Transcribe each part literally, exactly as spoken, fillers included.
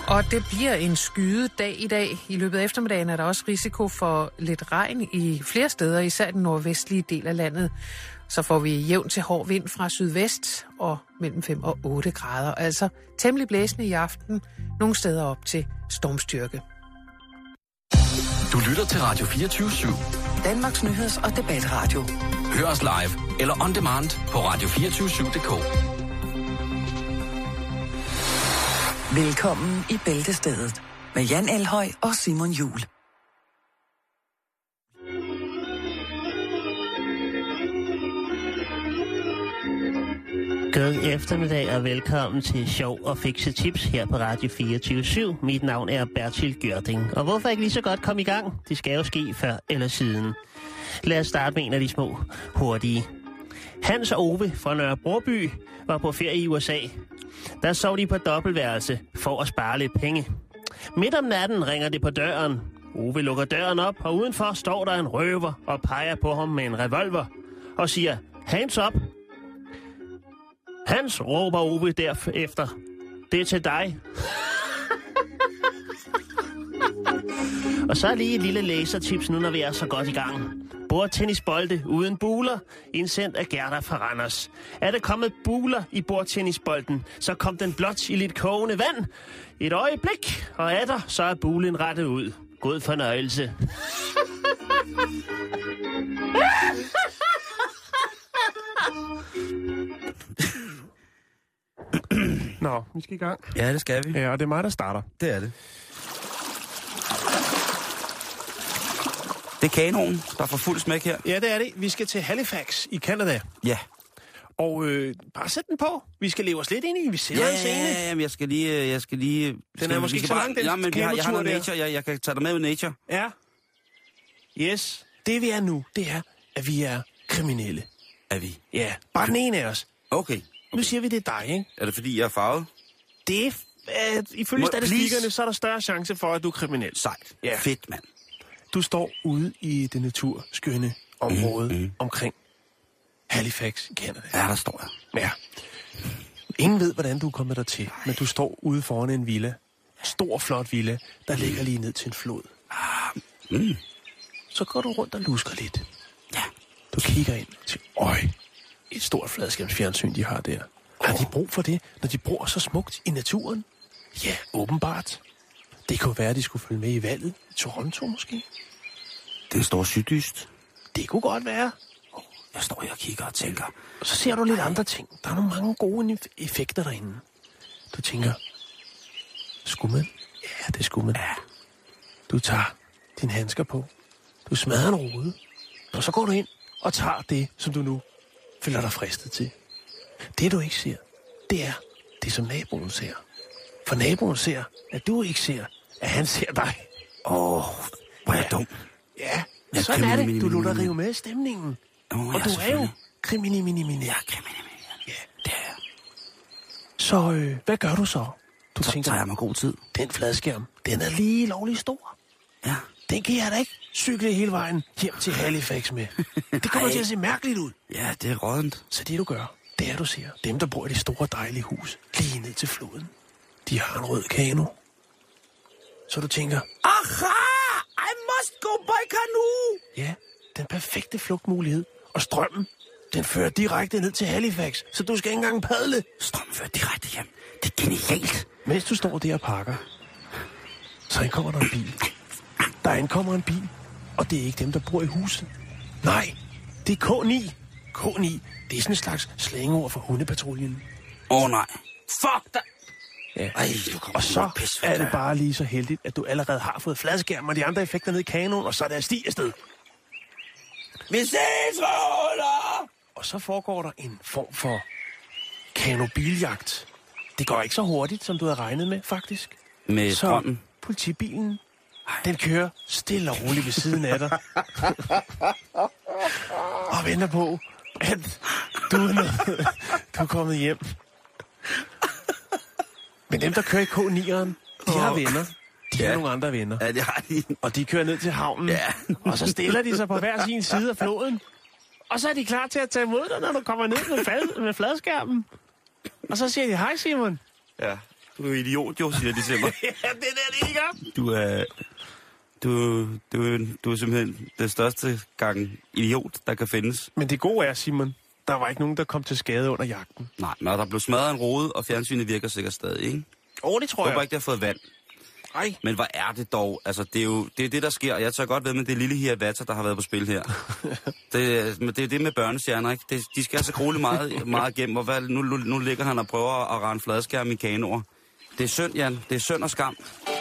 Og det bliver en skyet dag i dag. I løbet af eftermiddagen er der også risiko for lidt regn i flere steder, især den nordvestlige del af landet. Så får vi jævn til hård vind fra sydvest og mellem fem og otte grader. Altså temmelig blæsende i aften, nogle steder op til stormstyrke. Du lytter til Radio fireogtyve syv. Danmarks nyheds- og debatradio. Hør os live eller on demand på radio to fire syv punktum d k. Velkommen i Bæltestedet med Jan Elhøj og Simon Juhl. God eftermiddag og velkommen til Sjov og Fikse Tips her på Radio fireogtyve syv. Mit navn er Bertil Gjørding. Og hvorfor ikke lige så godt komme i gang? Det skal jo ske før eller siden. Lad os starte med en af de små hurtige. Hans og Ove fra Nørre Broby var på ferie i U S A. Der sov de på dobbeltværelse for at spare lidt penge. Midt om natten ringer det på døren. Ove lukker døren op, og udenfor står der en røver og peger på ham med en revolver og siger, hands up. Hans, råber Ove derefter. Det er til dig. Og så lige et lille læsertips nu, når vi er så godt i gang. Bordtennisbolde uden buler, indsendt af Gerda fra Randers. Er det kommet buler i bordtennisbolden, så kom den blot i lidt kogende vand. Et øjeblik, og er der, så er bulen rettet ud. God fornøjelse. Nå, vi skal i gang. Ja, det skal vi. Ja, og det er mig, der starter. Det er det. Det er kanonen, der får fuld smæk her. Ja, det er det. Vi skal til Halifax i Canada. Ja. Og øh, bare sæt den på. Vi skal leve os lidt ind i. Vi sidder ja, en scene. Ja, ja, jeg skal lige... Jeg skal lige den skal, er måske ikke så bare, lang, den ja, men vi har, jeg har noget der. nature. Jeg, jeg kan tage dig med ud nature. Ja. Yes. Det vi er nu, det er, at vi er kriminelle. Er vi? Ja, bare den ene af os. Okay. okay. Nu siger vi, det er dig, ikke? Er det fordi, jeg er farvet? Det er... Øh, ifølge Må, statistikkerne, please? så er der større chance for, at du er kriminel. Sejt. Ja. Fedt, mand. Du står ude i det naturskønne område mm, mm. omkring Halifax i Canada. Ja, der står jeg. Ja. Ingen ved, hvordan du er kommet dertil, men du står ude foran en villa. Stor, flot villa, der ligger lige ned til en flod. Ah, mm. Så går du rundt og lusker lidt. Ja. Du kigger ind til, øj, et stort fladskærmsfjernsyn, de har der. Har de brug for det, når de bor så smukt i naturen? Ja, åbenbart. Det kunne være, at de skulle følge med i valget i Toronto måske. Den står syddyst. Det kunne godt være. Jeg står her og kigger og tænker. Og så ser du lidt andre ting. Der er nogle mange gode effekter derinde. Du tænker, skulle man? Ja, det skulle man. Ja. Du tager dine handsker på. Du smadrer en rode. Og så går du ind og tager det, som du nu føler dig fristet til. Det du ikke ser, det er det, som naboen ser. For naboen ser, at du ikke ser, at han ser dig. Åh, oh, hvor er jeg ja. dum. Ja, jeg sådan er det. Du lader dig rive med i stemningen. Oh, og ja, du er jo kriminiminiminær. Ja, kriminiminiminær. Ja, det er jeg. Så øh, hvad gør du så? Du så tænker, tager jeg mig god tid. Den fladskærm, den er lige lovlig stor. Ja. Den kan jeg da ikke cykle hele vejen hjem til Halifax med. Det kommer til at se mærkeligt ud. Ja, det er rådent. Så det du gør, det er du ser. Dem, der bor i det store dejlige hus, lige ned til floden, de har en rød kano. Så du tænker, aha, I must go by canoe. Ja, den perfekte flugtmulighed. Og strømmen, den fører direkte ned til Halifax, så du skal ikke engang padle. Strømmen fører direkte hjem. Det er genialt. Mens du står der og pakker, så indkommer der en bil. Der indkommer en bil, og det er ikke dem, der bor i huset. Nej, det er K ni. K ni, det er sådan en slags slængeord for hundepatruljen. Åh oh, nej. Fuck dig. Ja. Ej, og så er det bare lige så heldigt, at du allerede har fået fladskærm og de andre effekter ned i kanonen, og så er der sti afsted. Vi ses, Roller! Og så foregår der en form for kanobiljagt. Det går ikke så hurtigt, som du havde regnet med, faktisk. Med så strømmen? Politibilen, den kører stille og roligt ved siden af dig. Og venter på, at du er, nået, du er kommet hjem. Men dem, der kører i K ni'eren, de har venner. De ja. har nogle andre venner. Ja, det har de. Og de kører ned til havnen. Ja. Og så stiller de sig på hver sin side af floden. Og så er de klar til at tage imod dig, når du kommer ned med, fad, med fladskærmen. Og så siger de, hej Simon. Ja. Du er idiot, jo, siger de til mig. Ja, det er det ikke. Du er... Du, du, du er simpelthen den største gang idiot, der kan findes. Men det gode er, Simon, der var ikke nogen, der kom til skade under jagten. Nej, men der blev smadret en rode, og fjernsynet virker sikkert stadig, ikke? Åh, oh, det tror jeg. jeg. Jeg håber ikke, det har fået vand. Ej. Men hvad er det dog? Altså, det er jo det, er det der sker. Jeg tager godt ved med det lille hiavatter, der har været på spil her. det, men det er det med børnestjerner, ikke? Det, de skal altså grueligt meget, meget igennem, og hvad, nu, nu, nu ligger han og prøver at rende fladskærm i kanoer. Det er synd, Jan. Det er synd og skam.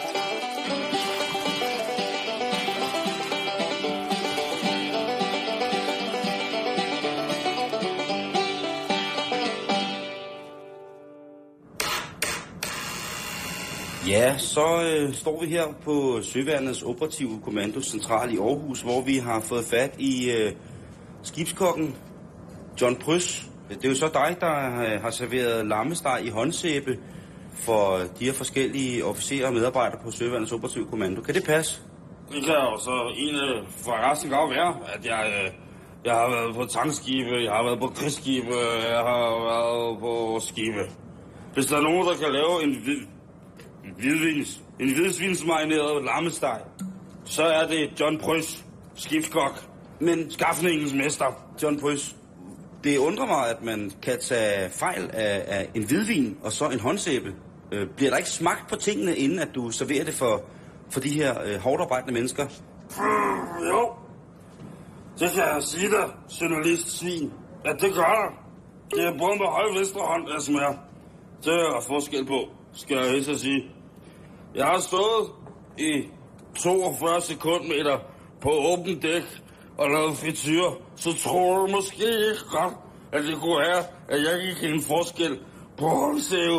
Ja, så øh, står vi her på Søværnets Operative Kommandocentral i Aarhus, hvor vi har fået fat i øh, skibskokken John Prys. Det er jo så dig, der øh, har serveret lammesteg i håndsæbe for de her forskellige officerer og medarbejdere på Søværnets Operative Kommando. Kan det passe? Det kan jo så en for resten godt være, at jeg, øh, jeg har været på tankskibe, jeg har været på krigsskibe, jeg har været på skibe. Hvis der er nogen, der kan lave en hvid... En hvidvins, en hvidsvinsmarineret lammesteg. Så er det John Prys, skibskok, men skafningens mester. John Prys, det undrer mig, at man kan tage fejl af, af en hvidvin og så en håndsæbe. Øh, bliver der ikke smagt på tingene, inden at du serverer det for, for de her øh, hårdarbejdende mennesker? Mm, jo, det kan jeg sige dig, journalist svin. Ja, det gør der. Det er både med høj venstre hånd, jeg smager. Det er der forskel på, skal jeg helst at sige. Jeg har stået i toogfyrre sekundmeter på åben dæk og lavet frityre, så tror du måske ikke godt, at det kunne være, at jeg gik en forskel på håndsæve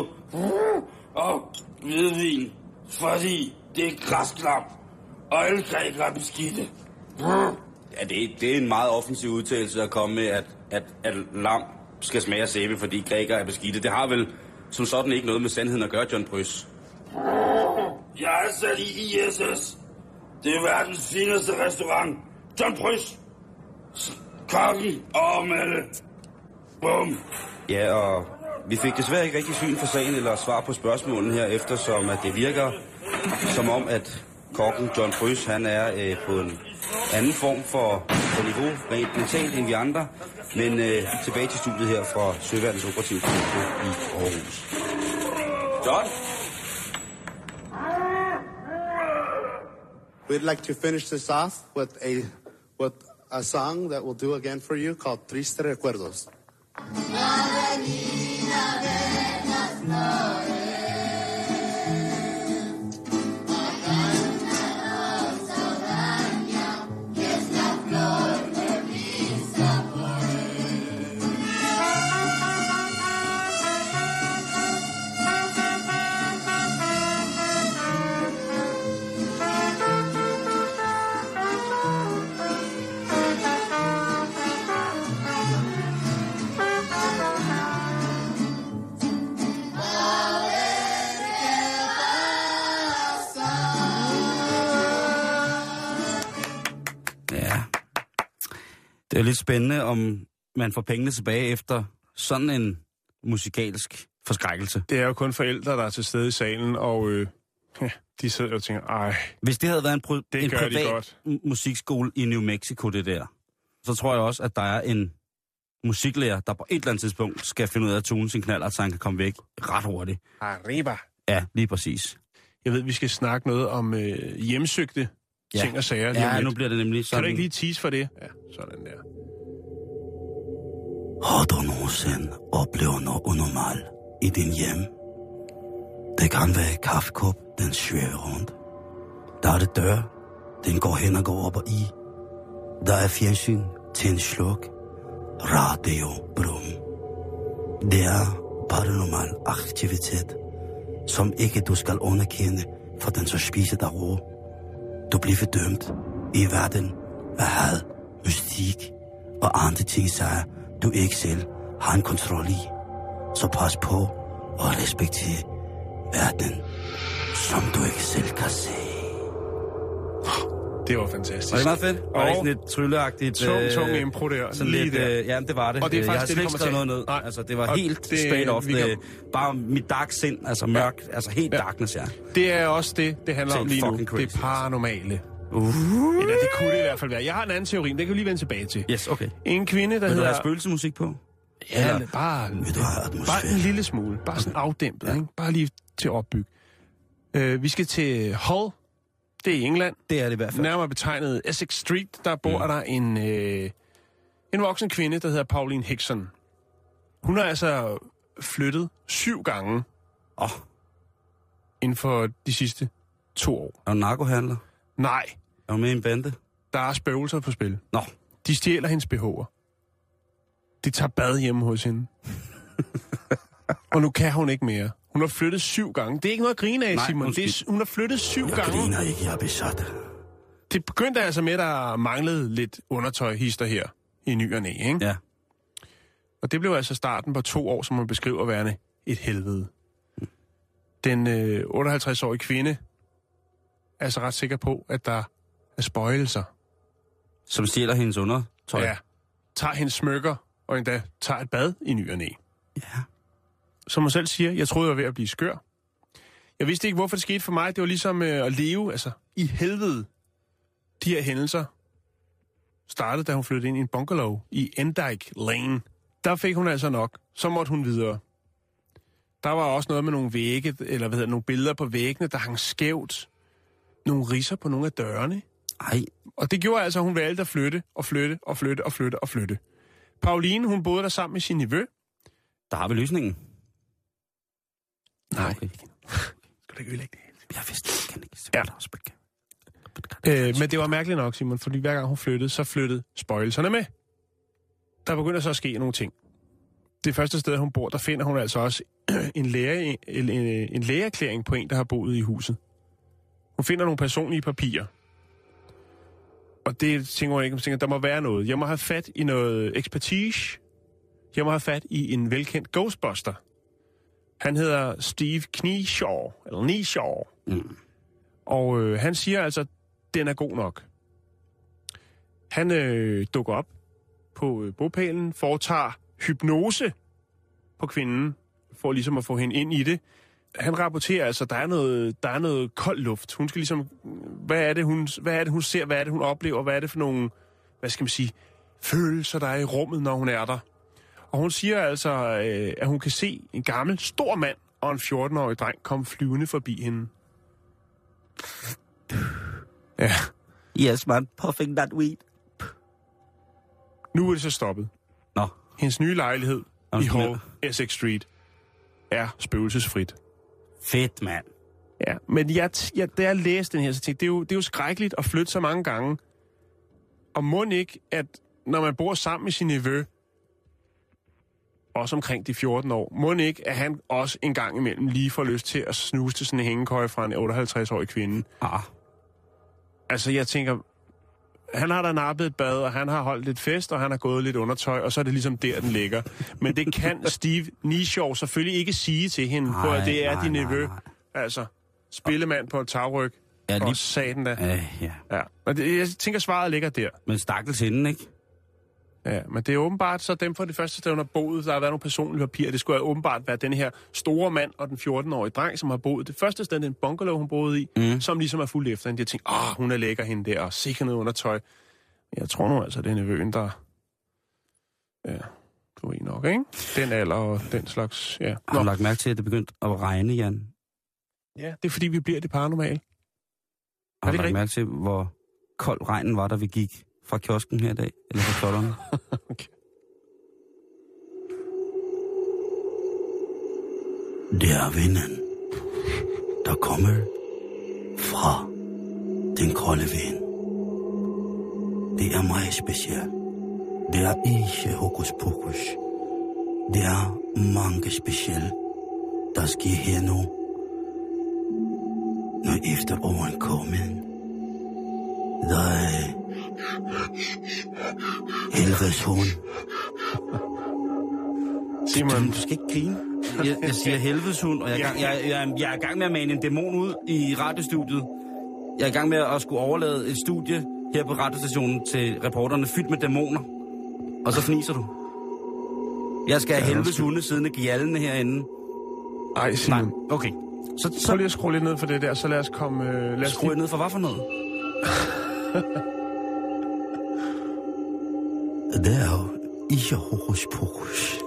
og hvidvin, fordi det er græsklam, og alle grækere er beskidte. Ja, det, det er en meget offensiv udtalelse at komme med, at, at, at lam skal smage af sæbe, fordi grækere er beskidte. Det har vel som sådan ikke noget med sandheden at gøre, John Prys. Jeg er sat i I S S. Det er verdens fineste restaurant. John Prys. Kokken og Mette. Bum. Ja, og vi fik desværre ikke rigtig syn for sagen eller svar på spørgsmålene her, eftersom at det virker som om, at kokken John Prys, han er øh, på en anden form for, for niveau, rent mentalt end vi andre. Men øh, tilbage til studiet her fra Søværnets Operative Kommando i Aarhus. John? We'd like to finish this off with a with a song that we'll do again for you called Triste Recuerdos. Det er lidt spændende, om man får pengene tilbage efter sådan en musikalsk forskrækkelse. Det er jo kun forældre, der er til stede i salen, og øh, ja, de sidder og tænker, ej... Hvis det havde været en, pro- det en privat musikskole i New Mexico, det der, så tror jeg også, at der er en musiklærer, der på et eller andet tidspunkt skal finde ud af at tune sin knaller, så han kan komme væk ret hurtigt. Arriba. Ja, lige præcis. Jeg ved, vi skal snakke noget om øh, hjemsøgte ja. ting og sager. Ja, nu bliver det nemlig sådan. Kan du ikke lige tease for det? Ja, sådan der. Har du nogensinde oplevet noget unormalt i din hjem? Det kan være kaffekop, den svæver rundt. Der er det dør, den går hen og går op og i. Der er fjernsyn til en sluk. Radio brum. Det er paranormal aktivitet, som ikke du skal underkende, for den så spiser dig ro. Du bliver fordømt i verden af had, mystik og andre ting, sager du ikke selv har en kontrol i. Så pas på og respekter verden, som du ikke selv kan se. Det var fantastisk. Var det meget fedt? Var det ikke sådan lidt trylleagtigt? Tung, øh, tung impro der. Sådan lidt, øh, ja, det var det. Og det er jeg har faktisk slet ikke skrevet noget ned. Nej. Altså, det var og helt det, straight off. kan... Det, bare mit dark sind, altså mørk, ja. altså helt ja. darkness, ja. Det er også det, det handler Helt om lige nu. crazy. Det er paranormale. Uh. Eller det kunne det i hvert fald være. Jeg har en anden teori, det kan vi lige vende tilbage til. Yes, okay. En kvinde, der Vil hedder... du have spøgelsemusik på? Ja, eller... bare, bare en lille smule. Bare sådan afdæmpet, ja. Ikke? Bare lige til opbyg. Uh, vi skal til Hull. Det er i England. Det er det i hvert fald. Nærmere betegnet Essex Street, der bor mm. der en, øh, en voksen kvinde, der hedder Pauline Hickson. Hun har altså flyttet syv gange oh. inden for de sidste to år. Er hun narkohandler? Nej. Er hun med i en bande? Der er spøgelser på spil. Nå. De stjæler hendes B H'er. De tager bad hjemme hos hende. Og nu kan hun ikke mere. Hun har flyttet syv gange. Det er ikke noget at grine af, Nej, Simon. Det er, hun har flyttet syv jeg gange. Jeg griner ikke, jeg er besat. Det begyndte altså med, at der manglede lidt undertøjhister her i ny og næ, ikke? Ja. Og det blev altså starten på to år, som man beskriver værende et helvede. Den øh, otteoghalvtreds-årige kvinde er altså ret sikker på, at der er spøgelser. Som stjæler hendes undertøj? Ja. Tager hendes smykker, og endda tager et bad i ny og næ. Ja. Som hun selv siger, jeg troede, jeg var ved at blive skør. Jeg vidste ikke, hvorfor det skete for mig. Det var ligesom øh, at leve altså, i helvede. De her hændelser startede, da hun flyttede ind i en bungalow i Endyke Lane. Der fik hun altså nok. Så måtte hun videre. Der var også noget med nogle vægge, eller hvad hedder, nogle billeder på væggene, der hang skævt. Nogle ridser på nogle af dørene. Ej. Og det gjorde altså, at hun valgte at flytte og flytte og flytte og flytte og flytte. Pauline, hun boede der sammen med sin nevø. Der har vi løsningen. Nej. Okay. Skal du ikke ødelægge det? Jeg vidste det, kan ikke. Ja. Øh, men det var mærkeligt nok, Simon, fordi hver gang hun flyttede, så flyttede spøgelserne med. Der begynder så at ske nogle ting. Det første sted, hun bor, der finder hun altså også en, læge, en, en lægeerklæring på en, der har boet i huset. Hun finder nogle personlige papirer. Og det tænker hun ikke, hun tænker, der må være noget. Jeg må have fat i noget ekspertise. Jeg må have fat i en velkendt ghostbuster. Han hedder Steve Knieshaw, eller Knieshaw. Mm. Og øh, han siger altså, den er god nok. Han øh, dukker op på øh, bopælen, foretager hypnose på kvinden, for ligesom at få hende ind i det. Han rapporterer altså, der er noget, der er noget kold luft. Hun skal ligesom, hvad er det hun, hvad er det hun ser, hvad er det hun oplever, hvad er det for nogle, hvad skal man sige, følelser der er i rummet, når hun er der. Og hun siger altså, øh, at hun kan se en gammel, stor mand og en fjorten-årig dreng komme flyvende forbi hende. Ja. Yes, man. Puffing that weed. Nu er det så stoppet. Nå. Hendes nye lejlighed i Hull, Essex Street, er spøgelsesfrit. Fedt, mand. Ja, men jeg, jeg, da jeg læste den her, så tænkte jeg, det er, jo, det er jo skrækkeligt at flytte så mange gange. Og må ikke, at når man bor sammen med sin nevø, også omkring de fjorten år, må ikke, at han også en gang imellem lige får lyst til at snuse til sådan en hængekøje fra en otteoghalvtreds-årig kvinde. Ah. Altså, jeg tænker, han har da nappet et bad, og han har holdt lidt fest, og han har gået lidt undertøj, og så er det ligesom der, den ligger. Men det kan Steve Knieshaw selvfølgelig ikke sige til hende, nej, på at det er nej, din nevø. Nej, nej. Altså, spillemand på et tagryg, ja, lige... og satan da. Øh, ja. Ja. Og det, jeg tænker, svaret ligger der. Men stakkels hende, ikke? Ja, men det er åbenbart så dem fra det første sted, hun har boet, der har været nogle personlige papirer. Det skulle åbenbart være den her store mand og den fjorten-årige dreng, som har boet det første sted, den bungalow, hun boede i, mm. som ligesom er fuldt efter hende. De har tænkt, åh, hun er lækker hende der, og sikkert noget undertøj. Jeg tror nu altså, det er nevøen, der... Ja, du er nok, ikke? Den alder og den slags, ja. Har du lagt mærke til, at det begyndte at regne, Jan? Ja, det er fordi, vi bliver det paranormale. Har du lagt mærke til, hvor kold regnen var, da vi gik fra kiosken her i dag? Eller fra klodderne? Okay. Det er vinden, der kommer fra den kolde vind. Det er meget specielt. Det er ikke hokus pokus. Det er mange specielle, der sker her nu. Når efteråren kommer, der er helvedes hund. Simon, du skal ikke grine. Jeg, jeg siger helvedes hund, og jeg, jeg, jeg, jeg, jeg er i gang med at mane en dæmon ud i radiostudiet. Jeg er i gang med at skulle overlade et studie her på radiostationen til reporterne fyldt med dæmoner. Og så fniser du. Jeg skal have ja, helvedes hunde siddende gjaldende herinde. Ej, Simon. Nej, okay. Så, så... Prøv lige at skrue lidt ned for det der, så lad os komme... Øh, lad os skrue lige... ned for hvad for noget? Det er jo ikke hokus pokus.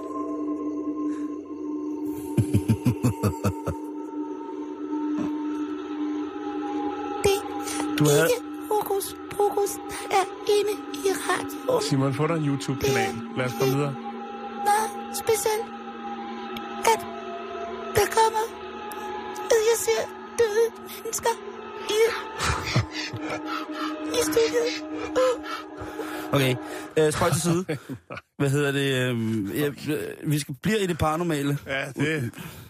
Det er ikke hokus pokus, der er inde i radioen. Simon, få dig en YouTube-kanal. Lad os komme videre. Meget specielt, at der kommer, at jeg ser døde mennesker i, i studiet. Okay, øh, spøj til side. Hvad hedder det? Øh, ja, vi skal blive i det paranormale. Ja, det...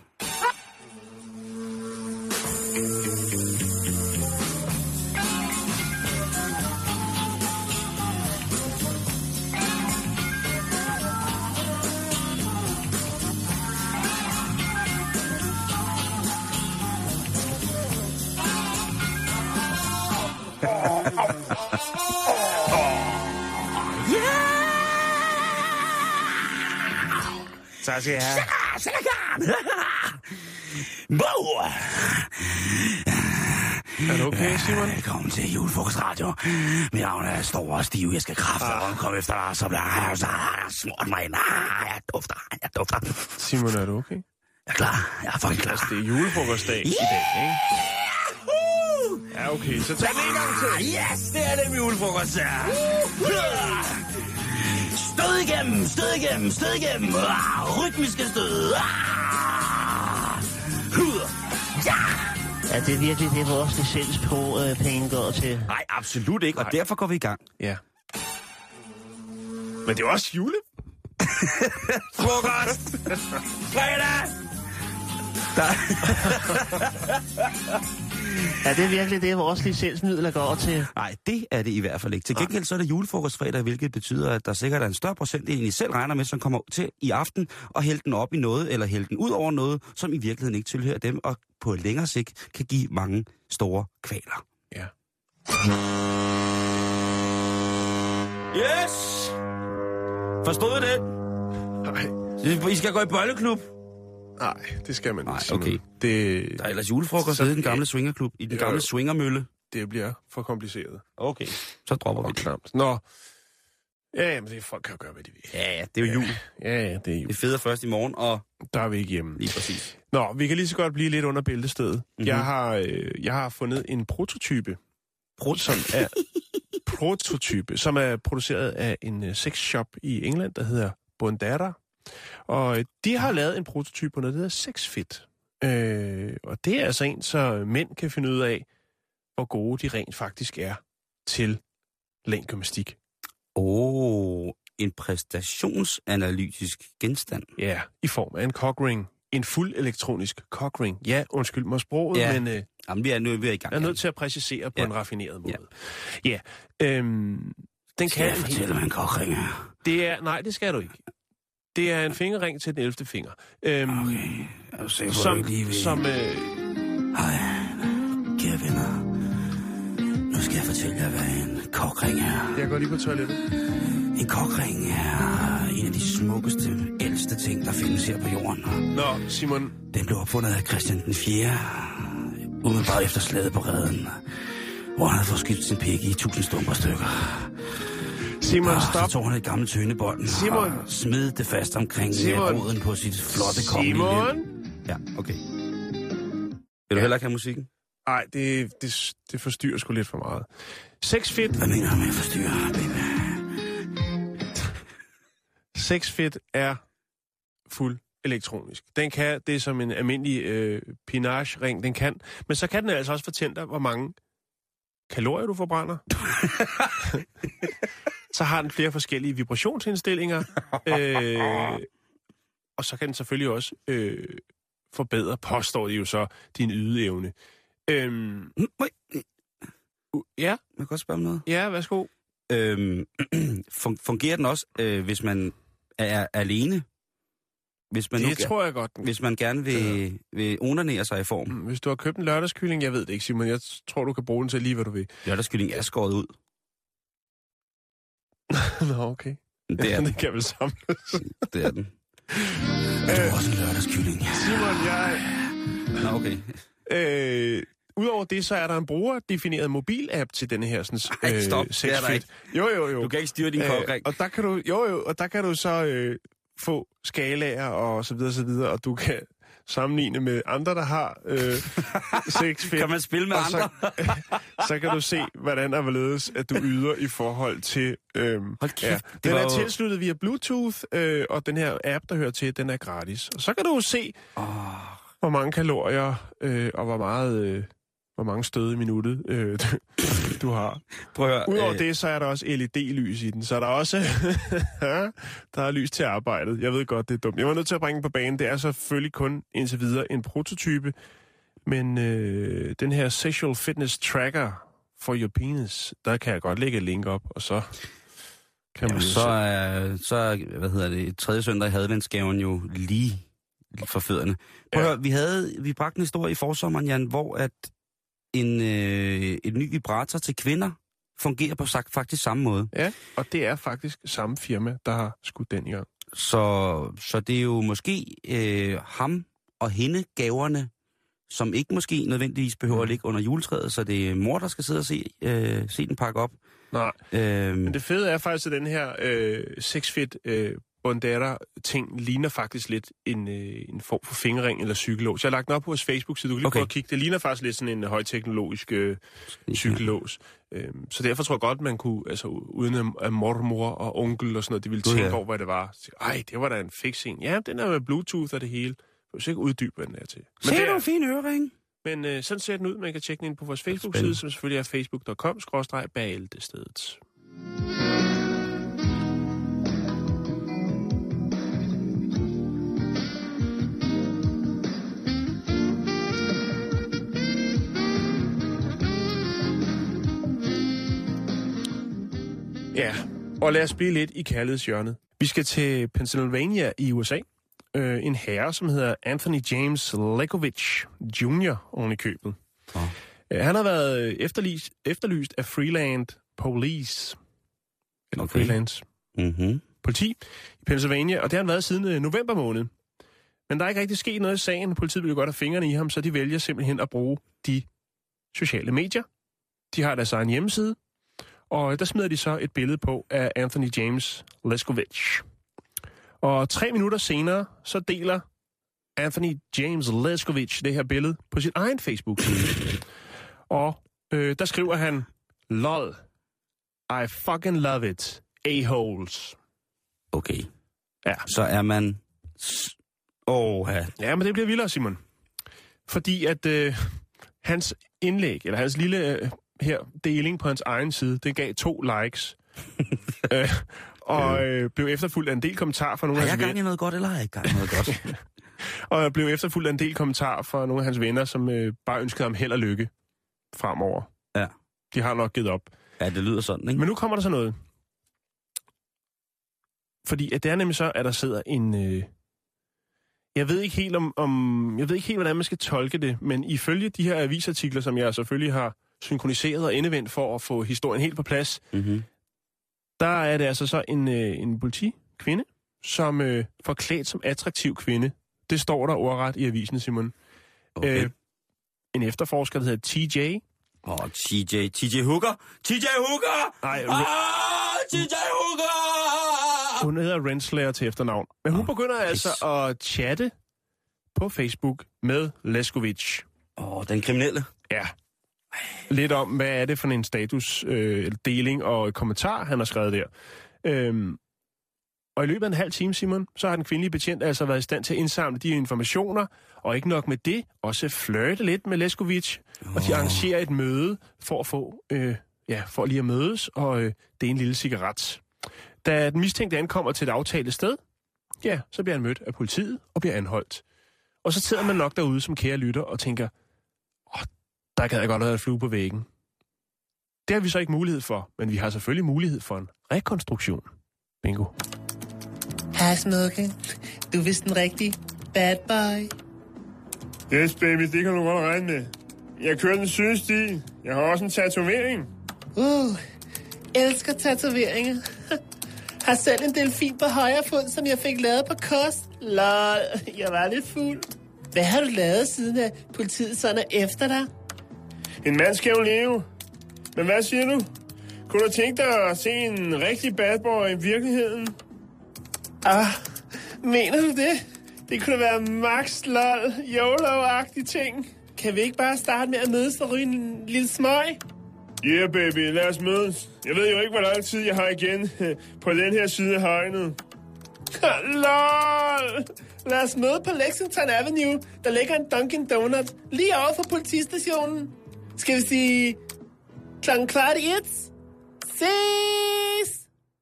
Så siger jeg. Er du okay, Simon? Velkommen til Julefrokostradio. Mit navn er stor og stiv. Jeg skal kræfte og komme efter dig, så bliver jeg så smurt mig ind. Jeg dufter, jeg dufter. Simon, er du okay? Jeg er klar. Jeg er fucking klar. Altså, det er julefrokostdag yeah! i dag, ikke? Ja, okay. Så tag det en gang til. Yes, det er det julefrokost her. Stød igennem, stød igennem, stød igennem. Rytmiske stød. Ja! Ja, det er virkelig det, vores licens på øh, penge går til. Nej, absolut ikke, og Nej. derfor går vi i gang. Ja. Men det er også jule. Frokost! Fredag! Ja, det er virkelig det, vores licensmidler går til. Nej, det er det i hvert fald ikke. Til gengæld så er det julefrokostfredag, hvilket betyder, at der sikkert er en større procentdel, end I selv regner med, som kommer til i aften og hælde den op i noget, eller hælde den ud over noget, som i virkeligheden ikke tilhører dem, og på længere sigt kan give mange store kvaler. Ja. Yes! Forstod I det? Nej. I skal gå i bolleklub. Nej, det skal man ikke. Nej, okay. Det... Der er ellers julefrokost i den gamle swingerklub, i den gamle swingermølle. Det bliver for kompliceret. Okay, så dropper vi det. Nå, ja, men det folk kan jo gøre, hvad de vil. Ja, ja, det er jo jul. Ja, ja, det er jul. Det er federe først i morgen, og... Der er vi ikke hjemme. Lige præcis. Nå, vi kan lige så godt blive lidt under bæltestedet. Mm-hmm. Jeg har, øh, jeg har fundet en prototype, Pro- som er prototype, som er produceret af en uh, sexshop i England, der hedder Bondara. Og de har lavet en prototype på noget, der hedder Sexfit. Øh, og det er altså en, så mænd kan finde ud af, hvor gode de rent faktisk er til længdgymnastik. Åh, oh, en præstationsanalytisk genstand. Ja, i form af en cockring. En fuld elektronisk cockring. Ja, undskyld mig sproget, ja. men øh, Jamen, vi er, nu, vi er i gang. jeg er nødt til at præcisere på ja. en raffineret måde. Ja, ja øhm, den skal kan jeg fortælle, hvad en cockring er? Det er, nej, det skal du ikke. Det er en fingerring til den ellevte finger. Øhm, okay, jeg er sikker på, som, du lige vil... Som, øh... Hej, kære venner. Nu skal jeg fortælle jer, hvad en cockring er. Jeg går lige på toilettet. En cockring er en af de smukkeste, ældste ting, der findes her på jorden. Nå, Simon. Den blev opfundet af Christian den fjerde, umiddelbart efter slaget på Reden, hvor han havde fået skidt sin pik i tusind stumper stykker. Simon, og stop. Så tog han et gammelt tøndebånd Simon. og smed det fast omkring Simon. roden på sit flotte kongelige. Simon. Ja, okay. Vil du heller ikke have musikken? Nej, det, det, det forstyrrer sgu lidt for meget. Sexfit. Hvad mener du med at forstyrre, baby? Sexfit er fuld elektronisk. Den kan det som en almindelig øh, pinage-ring, den kan. Men så kan den altså også fortælle dig, hvor mange kalorier du forbrænder. Så har den flere forskellige vibrationsindstillinger. Øh, og så kan den selvfølgelig også øh, forbedre, påstår de jo så, din ydeevne. Øhm, uh, ja? Jeg kan godt spørge om noget. Ja, værsgo. Øhm, fungerer den også, øh, hvis man er alene? Hvis man det nu, tror jeg godt. Hvis man gerne vil, ja. vil onanere sig i form. Hvis du har købt en lørdagskylling, jeg ved det ikke, Simon. Jeg tror, du kan bruge den til lige, hvad du vil. Lørdagskylling er skåret ud. Nå, okay. Det er den. Det kan vel samles. Det er den. Er du også en lørdagskylling? Simon, jeg... Nå, okay. Øh, Udover det, så er der en brugerdefineret mobilapp til denne her sådan, Ej, stop. Øh, det er der ikke. Jo, jo, jo. Du kan ikke styre din kokring. Øh, og der kan du, jo, jo, og der kan du så øh, få skalaer og så videre, så videre, og du kan sammenligne med andre, der har øh, sexfit. Kan man spille med og andre? Så, så kan du se, hvordan er hvorledes, at du yder i forhold til... Øh, Hold ja, kæft, den var... er tilsluttet via Bluetooth, øh, og den her app, der hører til, den er gratis. Og så kan du se, oh. hvor mange kalorier øh, og hvor meget... Øh, hvor mange stød i minuttet øh, du, du har. Prøv at høre, Udover øh... det, så er der også L E D-lys i den, så der er også der er lys til arbejdet. Jeg ved godt, det er dumt. Jeg var nødt til at bringe på banen. Det er selvfølgelig kun indtil videre en prototype, men øh, den her Sexual Fitness Tracker for Your Penis, der kan jeg godt lægge et link op, og så kan man ja, så er, så er, hvad hedder det, tredje søndag i adventsgaven jo lige for fødderne. Prøv at høre, vi havde, vi bragte en historie i forsommeren, Jan, hvor at En, øh, en ny vibrator til kvinder fungerer på sagt faktisk samme måde. Ja, og det er faktisk samme firma, der har skudt den i gang. Så, så det er jo måske øh, ham og hende gaverne, som ikke måske nødvendigvis behøver at ligge under juletræet, så det er mor, der skal sidde og se, øh, se den pakke op. Nej, øhm. men det fede er faktisk, at den her øh, sexfit øh, Bondetta-ting ligner faktisk lidt en, øh, en form for fingerring eller cykellås. Jeg har lagt den op på vores Facebook, så du kan lige okay. prøve at kigge. Det ligner faktisk lidt sådan en højteknologisk øh, cykellås. Øhm, så derfor tror jeg godt, man kunne, altså uden at mormor og onkel og sådan noget, de ville tænke ja. over, hvad det var. Så, ej, det var da en fix en. Ja, den er med Bluetooth og det hele. Jeg vil ikke uddybe, hvad den er til. Men se, du en fin ørering. Men øh, sådan ser den ud. Man kan tjekke den ind på vores Facebook-side, som selvfølgelig er facebook punktum com skråstreg bæltestedet. Ja, og lad os blive lidt i kærlighedshjørnet. Vi skal til Pennsylvania i U S A. Øh, en herre, som hedder Anthony James Lekovich junior oven i købet. Oh. Øh, han har været efterlyst, efterlyst af Freeland Police. Eller okay. Freelance mm-hmm. politi i Pennsylvania, og det har han været siden øh, november måned. Men der er ikke rigtig sket noget i sagen. Politiet vil jo godt have fingrene i ham, så de vælger simpelthen at bruge de sociale medier. De har deres egen hjemmeside. Og der smider de så et billede på af Anthony James Leskovich. Og tre minutter senere, så deler Anthony James Leskovich det her billede på sin egen Facebook-side. Og øh, der skriver han, lol, I fucking love it, a-holes. Okay. Ja. Så er man... Åh, ja. Ja, men det bliver vildere, Simon. Fordi at øh, hans indlæg, eller hans lille... Øh, her deling på hans egen side, den gav to likes. øh, og øh, blev efterfulgt af en del kommentarer fra nogle af hans venner. Har jeg gang i noget godt, eller har jeg ikke gang i noget godt? Og blev efterfulgt af en del kommentarer fra nogle af hans venner, som øh, bare ønskede ham held og lykke fremover. Ja. De har nok givet op. Ja, det lyder sådan, ikke? Men nu kommer der så noget. Fordi at det er nemlig så, at der sidder en... Øh, jeg ved ikke helt om, om... Jeg ved ikke helt, hvordan man skal tolke det, men ifølge de her avisartikler, som jeg selvfølgelig har synkroniseret og endevendt for at få historien helt på plads, mm-hmm. der er det altså så en, øh, en politikvinde, som øh, forklædt som attraktiv kvinde. Det står der ordret i avisen, Simon. Okay. Øh, en efterforsker, der hedder T J. Åh, oh, T J. T J Hooker! T J Hooker! Nej, ah, T J Hooker! Hun hedder Renslayer til efternavn. Men hun oh, begynder pis. altså at chatte på Facebook med Leskovich. Åh, oh, den kriminelle? Ja. Lidt om, hvad er det for en status, øh, deling og kommentar, han har skrevet der. Øhm, og i løbet af en halv time, Simon, så har den kvindelige betjent altså været i stand til at indsamle de informationer, og ikke nok med det, også flirte lidt med Leskovich, oh. og de arrangerer et møde for at få, øh, ja, for lige at mødes, og øh, det er en lille cigaret. Da den mistænkte ankommer til et aftalte sted, ja, så bliver han mødt af politiet og bliver anholdt. Og så sidder man nok derude som kære lytter og tænker, åh, der kan jeg godt have et flue på væggen. Det har vi så ikke mulighed for, men vi har selvfølgelig mulighed for en rekonstruktion. Bingo. Hej, Smukke. Du er vist den rigtige bad boy. Yes, baby, det kan du godt regne med. Jeg kører den syge stil. Jeg har også en tatovering. Uh, elsker tatoveringer. Har selv en delfin på højre fod, som jeg fik lavet på kost. Lol, jeg var lidt fuld. Hvad har du lavet, siden at politiet sådan er efter dig? En mand skal jo leve. Men hvad siger du? Kunne du tænke dig at se en rigtig bad boy i virkeligheden? Ah, mener du det? Det kunne være max lol, YOLO-agtige ting. Kan vi ikke bare starte med at mødes og ryge en lille smøg? Yeah, baby, lad os mødes. Jeg ved jo ikke, hvor lang tid jeg har igen på den her side af hegnet. Lol! Lad os møde på Lexington Avenue. Der ligger en Dunkin' Donut lige over for politistationen. Skal vi sige klokken kvart i et? Ses!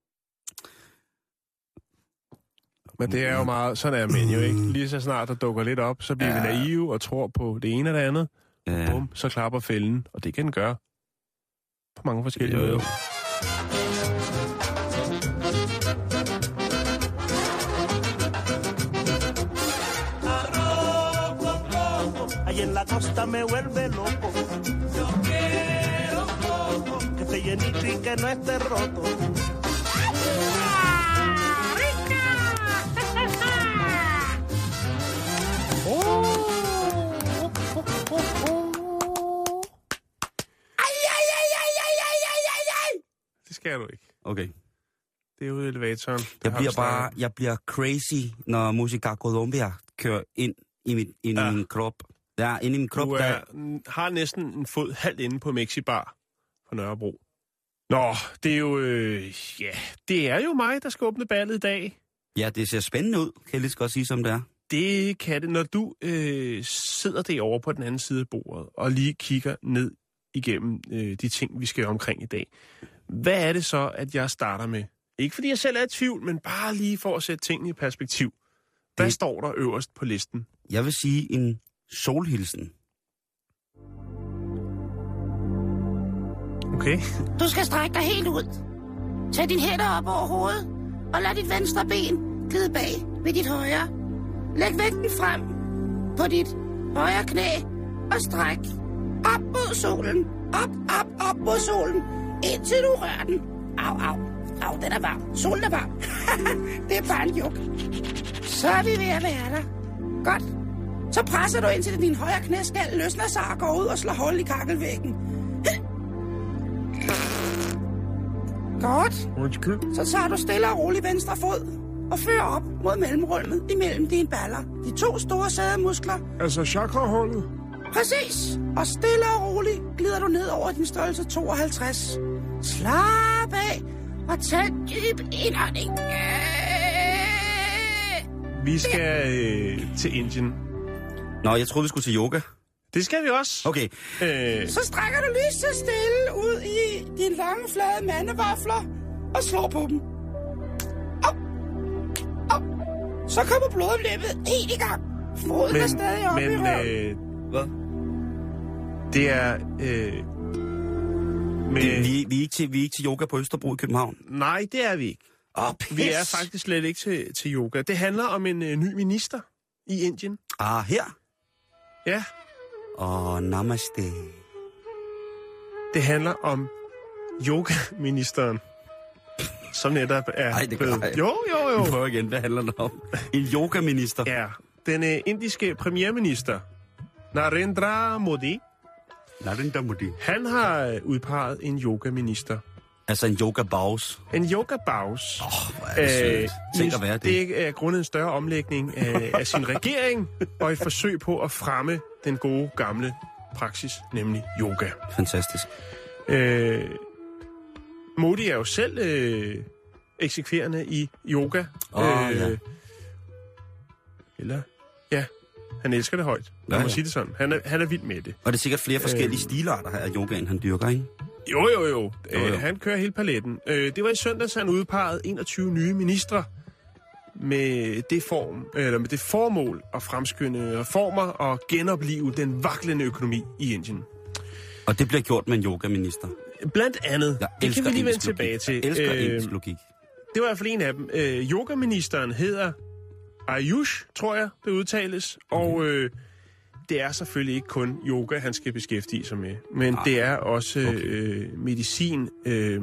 Men det er jo meget, sådan er mænd jo ikke. Lige så snart der dukker lidt op, så bliver ja. vi naive og tror på det ene og det andet. Ja. Bum, så klapper fælden, og det kan den gøre. På mange forskellige måder. Ahí en la costa me vuelve loco. Yo quiero poco. Que esté llenito y que no esté roto. Det skal du ikke. Okay. Det er ude i elevatoren. Jeg bliver bare, jeg bliver crazy, når Musica Colombia kører ind i, mit, ind ja. i min krop. Ja, ind i min krop. Du er, der... har næsten en fod halvt inde på Mexibar på Nørrebro. Nå, det er jo, øh, ja, det er jo mig, der skal åbne ballet i dag. Ja, det ser spændende ud, kan jeg lige så godt sige, som det er. Det kan det, når du øh, sidder derovre på den anden side af bordet, og lige kigger ned igennem øh, de ting, vi skal omkring i dag. Hvad er det så, at jeg starter med? Ikke fordi jeg selv er i tvivl, men bare lige for at sætte tingene i perspektiv. Hvad det... står der øverst på listen? Jeg vil sige en solhilsen. Okay. Du skal strække dig helt ud. Tag dine hænder op over hovedet, og lad dit venstre ben glide bag ved dit højre. Læg vægten frem på dit højre knæ, og stræk op mod solen. Op, op, op mod solen, indtil du rører den. Au, au, au, den er varm. Solen er varm. Det er bare en juk. Så er vi ved at være der. Godt. Så presser du ind til din højre knæskal, løsner sig og går ud og slår hul i kakkelvæggen. Godt. Så tager du stille og roligt venstre fod og fører op mod mellemrummet imellem dine baller. De to store sædemuskler. Altså chakrahullet? Præcis. Og stille og roligt glider du ned over din størrelse tooghalvtreds. Slap af og tag en dyb indånding. Vi skal øh, til Indien. Nå, jeg troede, vi skulle til yoga. Det skal vi også. Okay. Øh... Så strækker du lige så stille ud i dine lange, flade mandevafler og slår på dem. Op. Op. Så kommer blodomløbet helt i gang. Foden men, er stadig oppe men, i røven. Øh... Hvad? Det er... Øh... Med... Det, vi, vi, er ikke til, vi er ikke til yoga på Østerbro i København. Nej, det er vi ikke. Oh, vi er faktisk slet ikke til, til yoga. Det handler om en øh, ny minister i Indien. Ah, her? Ja. Åh, oh, namaste. Det handler om yogaministeren, som netop er... Ej, det gør jeg. Jo, jo, jo. Prøv igen, hvad handler det om? En yogaminister? Ja, den øh, indiske premierminister, Narendra Modi. Narendra Modi. Han har udpeget en yogaminister. Altså en yoga-baus? En yoga-baus. Åh, oh, hvor er det sødt. Tænk at være det. Det er grundet en større omlægning af, af sin regering, og et forsøg på at fremme den gode, gamle praksis, nemlig yoga. Fantastisk. Øh, Modi er jo selv øh, eksekverende i yoga. Åh, oh, øh, ja. Eller, ja, han elsker det højt. Lad ja, mig ja. sige det sådan. Han er, han er vild med det. Og det er sikkert flere forskellige øh, stilarter her af yogaen, han dyrker, ikke? Jo, jo, jo. jo, jo. Øh, han kører hele paletten. Øh, det var i søndags, han udpegede enogtyve nye ministre med det, form, eller med det formål at fremskynde reformer og genopleve den vaklende økonomi i Indien. Og det bliver gjort med en yogaminister? Blandt andet. Jeg det kan vi lige vende tilbage til. Jeg elsker øh, indisk logik. det var i hvert fald en af dem. Øh, yogaministeren hedder Ayush, tror jeg, det udtales. Okay. Og øh, det er selvfølgelig ikke kun yoga, han skal beskæftige sig med. Men ah, det er også okay. øh, medicin. Øh,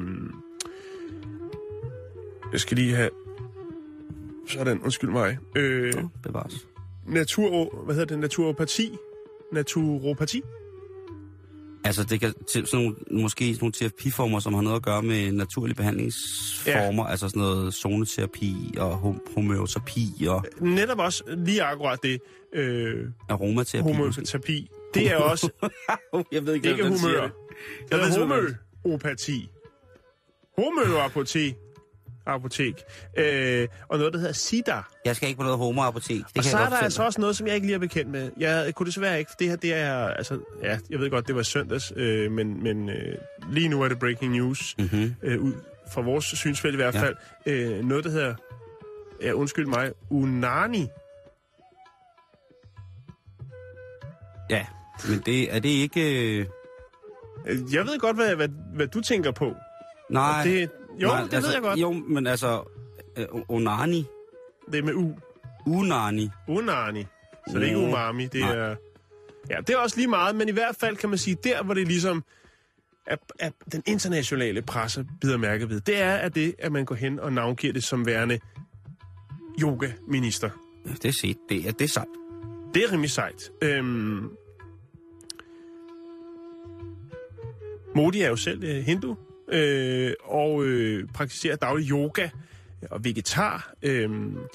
jeg skal lige have... Sådan, undskyld mig. Øh, oh, bevares. Natur... Hvad hedder det? Naturopati? Naturopati? Altså, det kan til sådan nogle, måske sådan nogle terapiformer, som har noget at gøre med naturlige behandlingsformer, ja. Altså sådan noget zoneterapi og homøoterapi og... Netop også lige akkurat det. Øh, Aromaterapi. Homøoterapi. Det er også... Jeg ved ikke, ikke hvad humør. Det. Det er homøopati. Homøopati. Apotek. Øh, og noget, der hedder Sida. Jeg skal ikke på noget homoapotek. Og så er der altså også noget, som jeg ikke lige er bekendt med. Jeg kunne desværre ikke, for det her, det er, altså, ja, jeg ved godt, det var søndags, øh, men, men øh, lige nu er det breaking news, mm-hmm. øh, ud fra vores synsfelt i hvert fald. Ja. Øh, noget, der hedder, ja, undskyld mig, Unani. Ja, men det, er det ikke... Øh... Jeg ved godt, hvad, hvad, hvad du tænker på. Nej. Det, jo, nej, det altså, ved jeg godt. Jo, men altså, øh, Onani. Det er med U. Unani. Unani. Så det er ikke umami, det nej. er... Ja, det er også lige meget, men i hvert fald kan man sige, der hvor det ligesom er, er den internationale presse bider mærke ved, det er at det, at man går hen og navngiver det som værende yoga-minister. Ja, det er set. Det er, det er sejt. Det er rimelig sejt. Øhm... Modi er jo selv øh, hindu, øh, og øh, praktiserer daglig yoga og vegetar. Øh,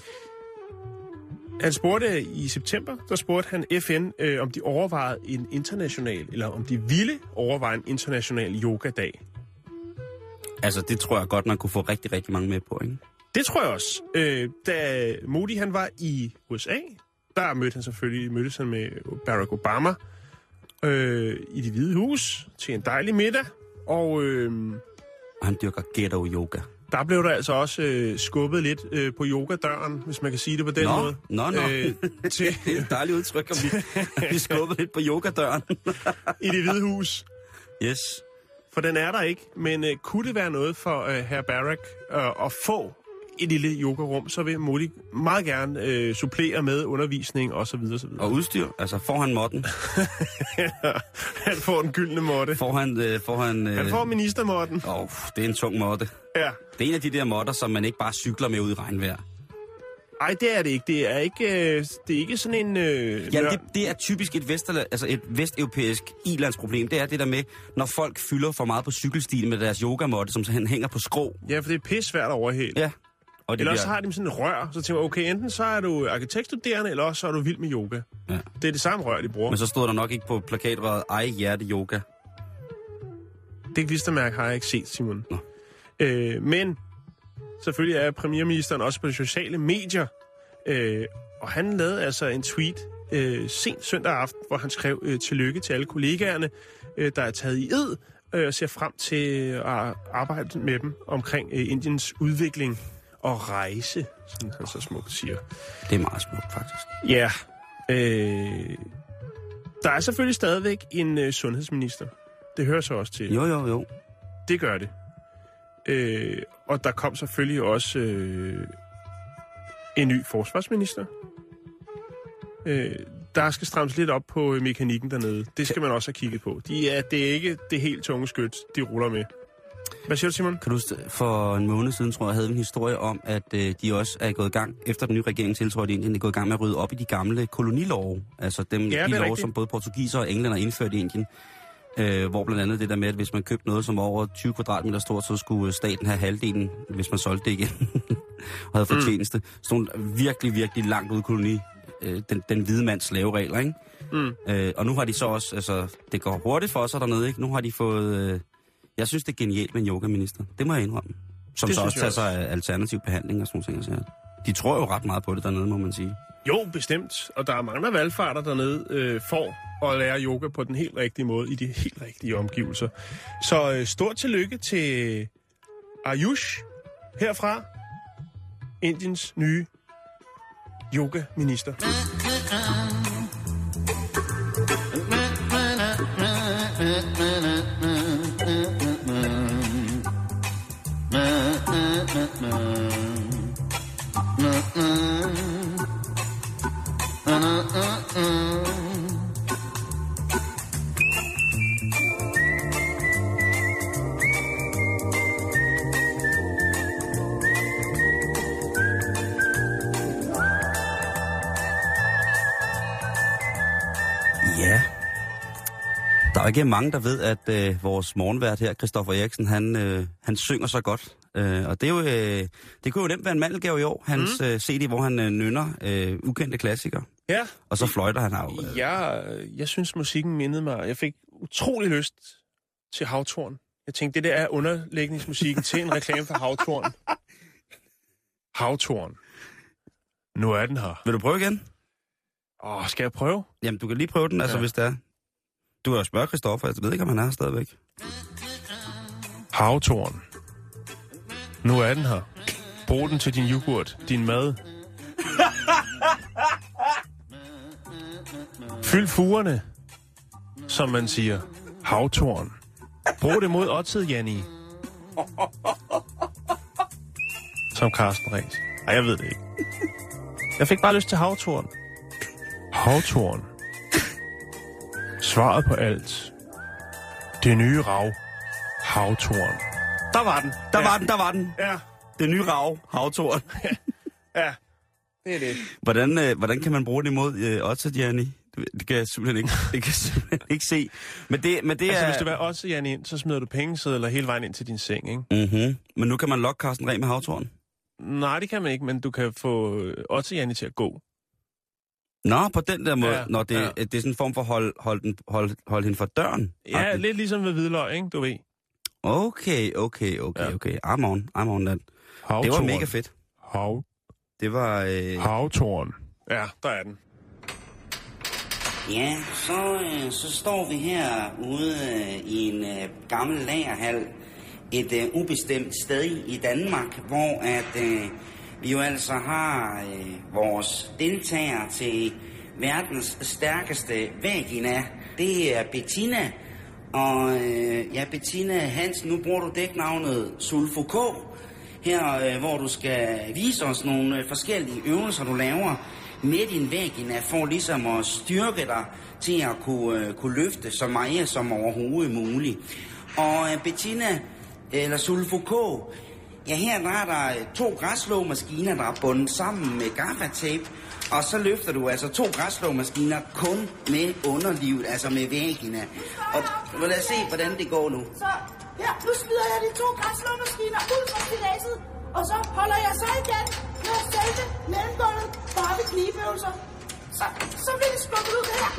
han spurgte i september, der spurgte han F N, øh, om de overvejede en international, eller om de ville overveje en international yogadag. Altså, det tror jeg godt, man kunne få rigtig, rigtig mange med på, ikke? Det tror jeg også. Øh, da Modi han var i U S A, der mødte han selvfølgelig mødtes han med Barack Obama øh, i Det Hvide Hus til en dejlig middag. Og øh, han dyrker ghetto yoga. Der blev der altså også øh, skubbet lidt øh, på yogadøren, hvis man kan sige det på den nå, måde. Nå, nå, øh, til... det er et dejligt udtryk, at vi, vi skubbet lidt på yogadøren. I Det Hvide Hus. Yes. For den er der ikke, men øh, kunne det være noget for øh, herr Barack øh, at få et lille yogarum, så vil Modi meget gerne øh, supplere med undervisning og så videre, så videre. Og udstyr? Altså, får han måtten? Ja, han får den gyldne måtte. Får han... Øh, får han, øh... han får ministermåtten. Åh, oh, det er en tung måtte. Ja. Det er en af de der måtter, som man ikke bare cykler med ud i regnvejr. Nej, det er det ikke. Det er ikke, øh, det er ikke sådan en... Øh, Jamen, det, det er typisk et, vesterla, altså et vesteuropæisk ilandsproblem. Det er det der med, når folk fylder for meget på cykelstien med deres yogamåtte, som så hænger på skrå. Ja, for det er pisse svært at overhælde. Ja. Og eller bliver... så har de sådan et rør, så tænker jeg, okay, enten så er du arkitektstuderende, eller også så er du vild med yoga. Ja. Det er det samme rør, de bruger. Men så stod der nok ikke på plakatrøret, ej hjerte yoga. Det klistermærke har jeg ikke set, Simon. Øh, men selvfølgelig er premierministeren også på de sociale medier, øh, og han lavede altså en tweet øh, sent søndag aften, hvor han skrev øh, tillykke til alle kollegaerne, øh, der er taget i ed, øh, og ser frem til at arbejde med dem omkring øh, Indiens udvikling og rejse, som han så smukt siger. Det er meget smukt, faktisk. Ja. Øh, der er selvfølgelig stadigvæk en øh, sundhedsminister. Det hører så også til. Jo, jo, jo. Det gør det. Øh, og der kom selvfølgelig også øh, en ny forsvarsminister. Øh, der skal strammes lidt op på mekanikken dernede. Det skal man også have kigget på. De er, det er ikke det helt tunge skyt, de ruller med. Hvad siger du, Simon? Kan du for en måned siden, tror jeg, havde en historie om, at øh, de også er gået i gang, efter den nye regering tiltrådte i Indien, er gået i gang med at rydde op i de gamle kolonilove. Altså dem, ja, de love, rigtigt. som både portugiser og englænder indførte i Indien. Øh, hvor blandt andet det der med, at hvis man købte noget, som var over tyve kvadratmeter stort, så skulle staten have halvdelen, hvis man solgte det igen, og havde fortjeneste. Mm. Sådan virkelig, virkelig langt ud koloni. Øh, den, den hvide mands slaveregler, ikke? Mm. Øh, og nu har de så også, altså, det går hurtigt for sig dernede, ikke? Nu har de fået, øh, jeg synes, det er genialt med en yogaminister. Det må jeg indrømme. Som det så også tager sig af alternativ behandling og sådan noget. Så de tror jo ret meget på det dernede, må man sige. Jo, bestemt. Og der er mange af valgfarter dernede øh, for at lære yoga på den helt rigtige måde, i de helt rigtige omgivelser. Så øh, stort tillykke til Ayush herfra, Indiens nye yoga-minister. Der er ikke mange, der ved, at øh, vores morgenvært her, Christoffer Eriksen, han, øh, han synger så godt. Øh, og det, er jo, øh, det kunne jo nemt være en mandelgave i år, hans mm. øh, C D, hvor han øh, nynner øh, ukendte klassikere. Ja. Og så fløjter han af. Øh. Jeg, jeg synes, musikken mindede mig. Jeg fik utrolig lyst til Havtorn. Jeg tænkte, det der er underlægningsmusikken til en reklame for Havtorn. Havtorn. Nu er den her. Vil du prøve igen? Åh, skal jeg prøve? Jamen, du kan lige prøve den, altså, ja. Hvis det er. Du kan jo spørge Christoffer, jeg ved ikke, om han er her stadigvæk. Havtorn. Nu er den her. Brug den til din yoghurt, din mad. Fyld fugerne, som man siger. Havtorn. Brug det mod oddset, Janni. Som Carsten Ræs. Ej, jeg ved det ikke. Jeg fik bare lyst til Havtorn. Havtorn. Svaret på alt. Det nye rav. Havtorn. Der var den. Der ja. var den, der var den. Ja. Det nye rav. Havtorn. Ja, det er det. Hvordan, øh, hvordan kan man bruge det imod øh, oddset, Janni? Det kan jeg simpelthen ikke, det kan jeg simpelthen ikke se. Men det, men det altså, er... hvis du vil også, Janni, så smider du pengesedler hele vejen ind til din seng, ikke? Mhm. Men nu kan man lokke Carsten Reh med Havtorn? Nej, det kan man ikke, men du kan få også Janni til at gå. Nå, på den der måde. Ja, Nå, det, ja. det er sådan en form for hold, hold, den, hold, hold hende for døren. Ja, okay. Lidt ligesom ved hvidløg, ikke? Du ved. Okay, okay, okay, ja. okay. I'm on, I'm on that. Havtorn. Det var mega fedt. Hav. Det var... Øh... Havtorn. Ja, der er den. Ja, så, øh, så står vi her ude øh, i en øh, gammel lagerhal. Et øh, ubestemt sted i Danmark, hvor at øh, vi jo altså har øh, vores deltagere til verdens stærkeste vagina. Det er Bettina. Og øh, ja, Bettina Hansen, nu bruger du dæknavnet Sulfo K. Her, øh, hvor du skal vise os nogle øh, forskellige øvelser, du laver med din vagina, for ligesom at styrke dig til at kunne, øh, kunne løfte så meget som overhovedet muligt. Og øh, Bettina, eller Sulfo K, ja, her der er der to græsslåmaskiner, der er bundet sammen med gaffatape. Og så løfter du altså to græsslåmaskiner kun med underlivet, altså med vagina. Og lad os se, hvordan det går nu. Så her, nu smider jeg de to græsslåmaskiner ud fra stillaset, og så holder jeg så igen med selve mellembåndet bare ved knibeøvelser. Så, så bliver det skubbet ud her.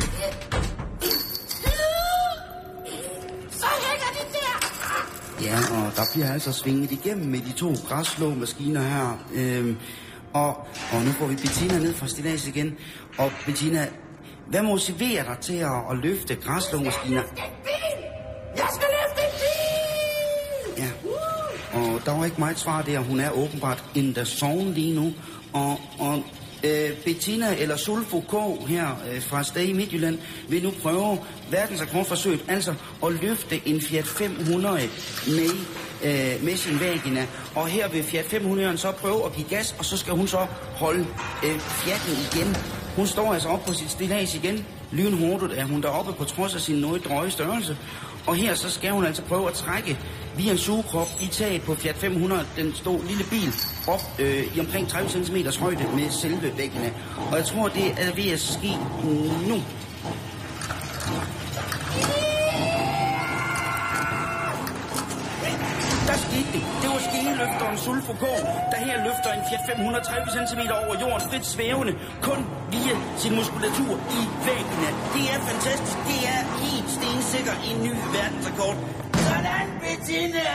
Så hænger de der. Ja, og der bliver altså svinget igennem med de to græsslåmaskiner her. Øhm, og, og nu får vi Bettina ned fra stillads igen. Og Bettina, hvad motiverer dig til at, at løfte græsslåmaskiner? Jeg skal løfte en bil! Jeg skal løfte en bil! Ja, og der var ikke meget svar der. Hun er åbenbart in the zone lige nu. Og, og øh, Bettina, eller Sulfo K her øh, fra sted i Midtjylland, vil nu prøve verdensrekordforsøget, altså at løfte en Fiat fem hundrede med, øh, med sin vagina. Og her vil Fiat fem hundrede så prøve at give gas, og så skal hun så holde øh, Fiaten igen. Hun står altså op på sit stillads igen. Lynhurtigt er hun deroppe på trods af sin noget drøje størrelse. Og her så skal hun altså prøve at trække via en sugekrop i taget på Fiat fem hundrede, den stod lille bil, op øh, i omkring tredive centimeter højde med selve vagina. Og jeg tror, det er ved at ske nu. Der skete det. Det var skeneløfteren Sulfo K, der her løfter en Fiat fem hundrede tredive centimeter over jorden frit svævende, kun via sin muskulatur i vagina. Det er fantastisk. Det er helt stensikker en ny verdensrekord. Sådan, Bettina!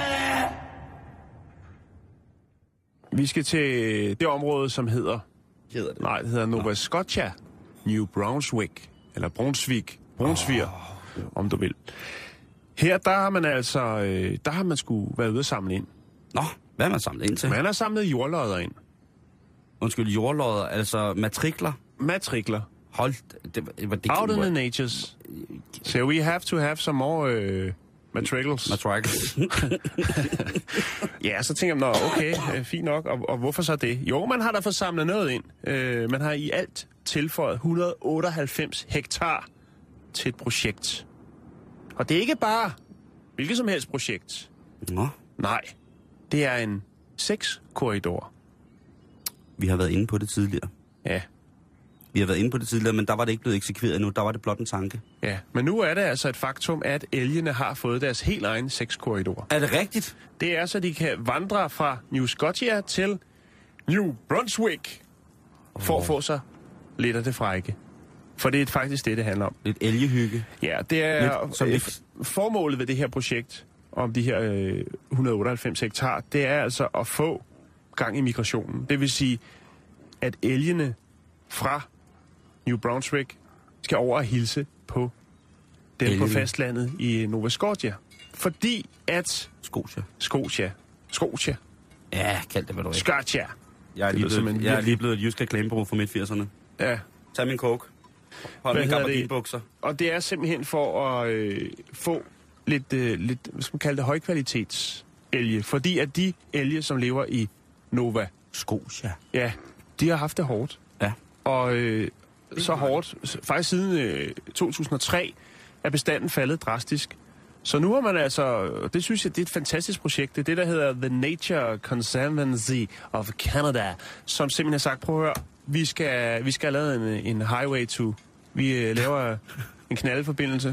Vi skal til det område, som hedder... Hedder det? Nej, det hedder Nova Scotia. New Brunswick. Eller Brunswick. Brunsviger, oh. om du vil. Her, der har man altså... Øh, der har man sgu været ude at samle ind. Nå, hvad har man samlet ind til? Man har samlet jordlodder ind. Undskyld, jordlodder, altså matrikler? Matrikler. Hold... Det, det, det, Out in the natures. So we have to have some more... Øh, Matricles. Matricles. Ja, så tænker jeg, nå, okay, øh, fint nok, og, og hvorfor så det? Jo, man har da fået samlet noget ind. Øh, man har i alt tilføjet et hundrede og otteoghalvfems hektar til et projekt. Og det er ikke bare hvilket som helst projekt. Nå. Nej, det er en seks korridor. Vi har været inde på det tidligere. Ja. Vi har været inde på det tidligere, men der var det ikke blevet eksekveret endnu. Der var det blot en tanke. Ja, men nu er det altså et faktum, at elgene har fået deres helt egen sexkorridor. Er det rigtigt? Det er så, de kan vandre fra New Scotia til New Brunswick for oh. at få sig lidt af det frække. For det er faktisk det, det handler om. Lidt elgehygge. Ja, det er lidt, som det... formålet ved det her projekt om de her øh, et hundrede og otteoghalvfems hektar, det er altså at få gang i migrationen. Det vil sige, at elgene fra New Brunswick skal over og hilse på dem elgene på fastlandet i Nova Scotia. Fordi at... Scotia. Scotia. Scotia. Ja, kald det, hvad du vil. Scotia. Jeg er lige blevet, jeg er lige blevet et jysk reklamebureau fra midt-firserne. Ja. Tag min coke. Hold min gabardinbukser. Og det er simpelthen for at øh, få lidt, øh, lidt, hvad skal man kalde det, højkvalitets elge. Fordi at de elge, som lever i Nova Scotia, ja, de har haft det hårdt. Ja. Og øh, så hårdt, faktisk siden øh, to tusind og tre, er bestanden faldet drastisk. Så nu har man altså, det synes jeg, det er et fantastisk projekt. Det er det, der hedder The Nature Conservancy of Canada, som simpelthen har sagt, prøv at høre, vi skal, vi skal have lavet en, en highway to, vi uh, laver en knaldeforbindelse,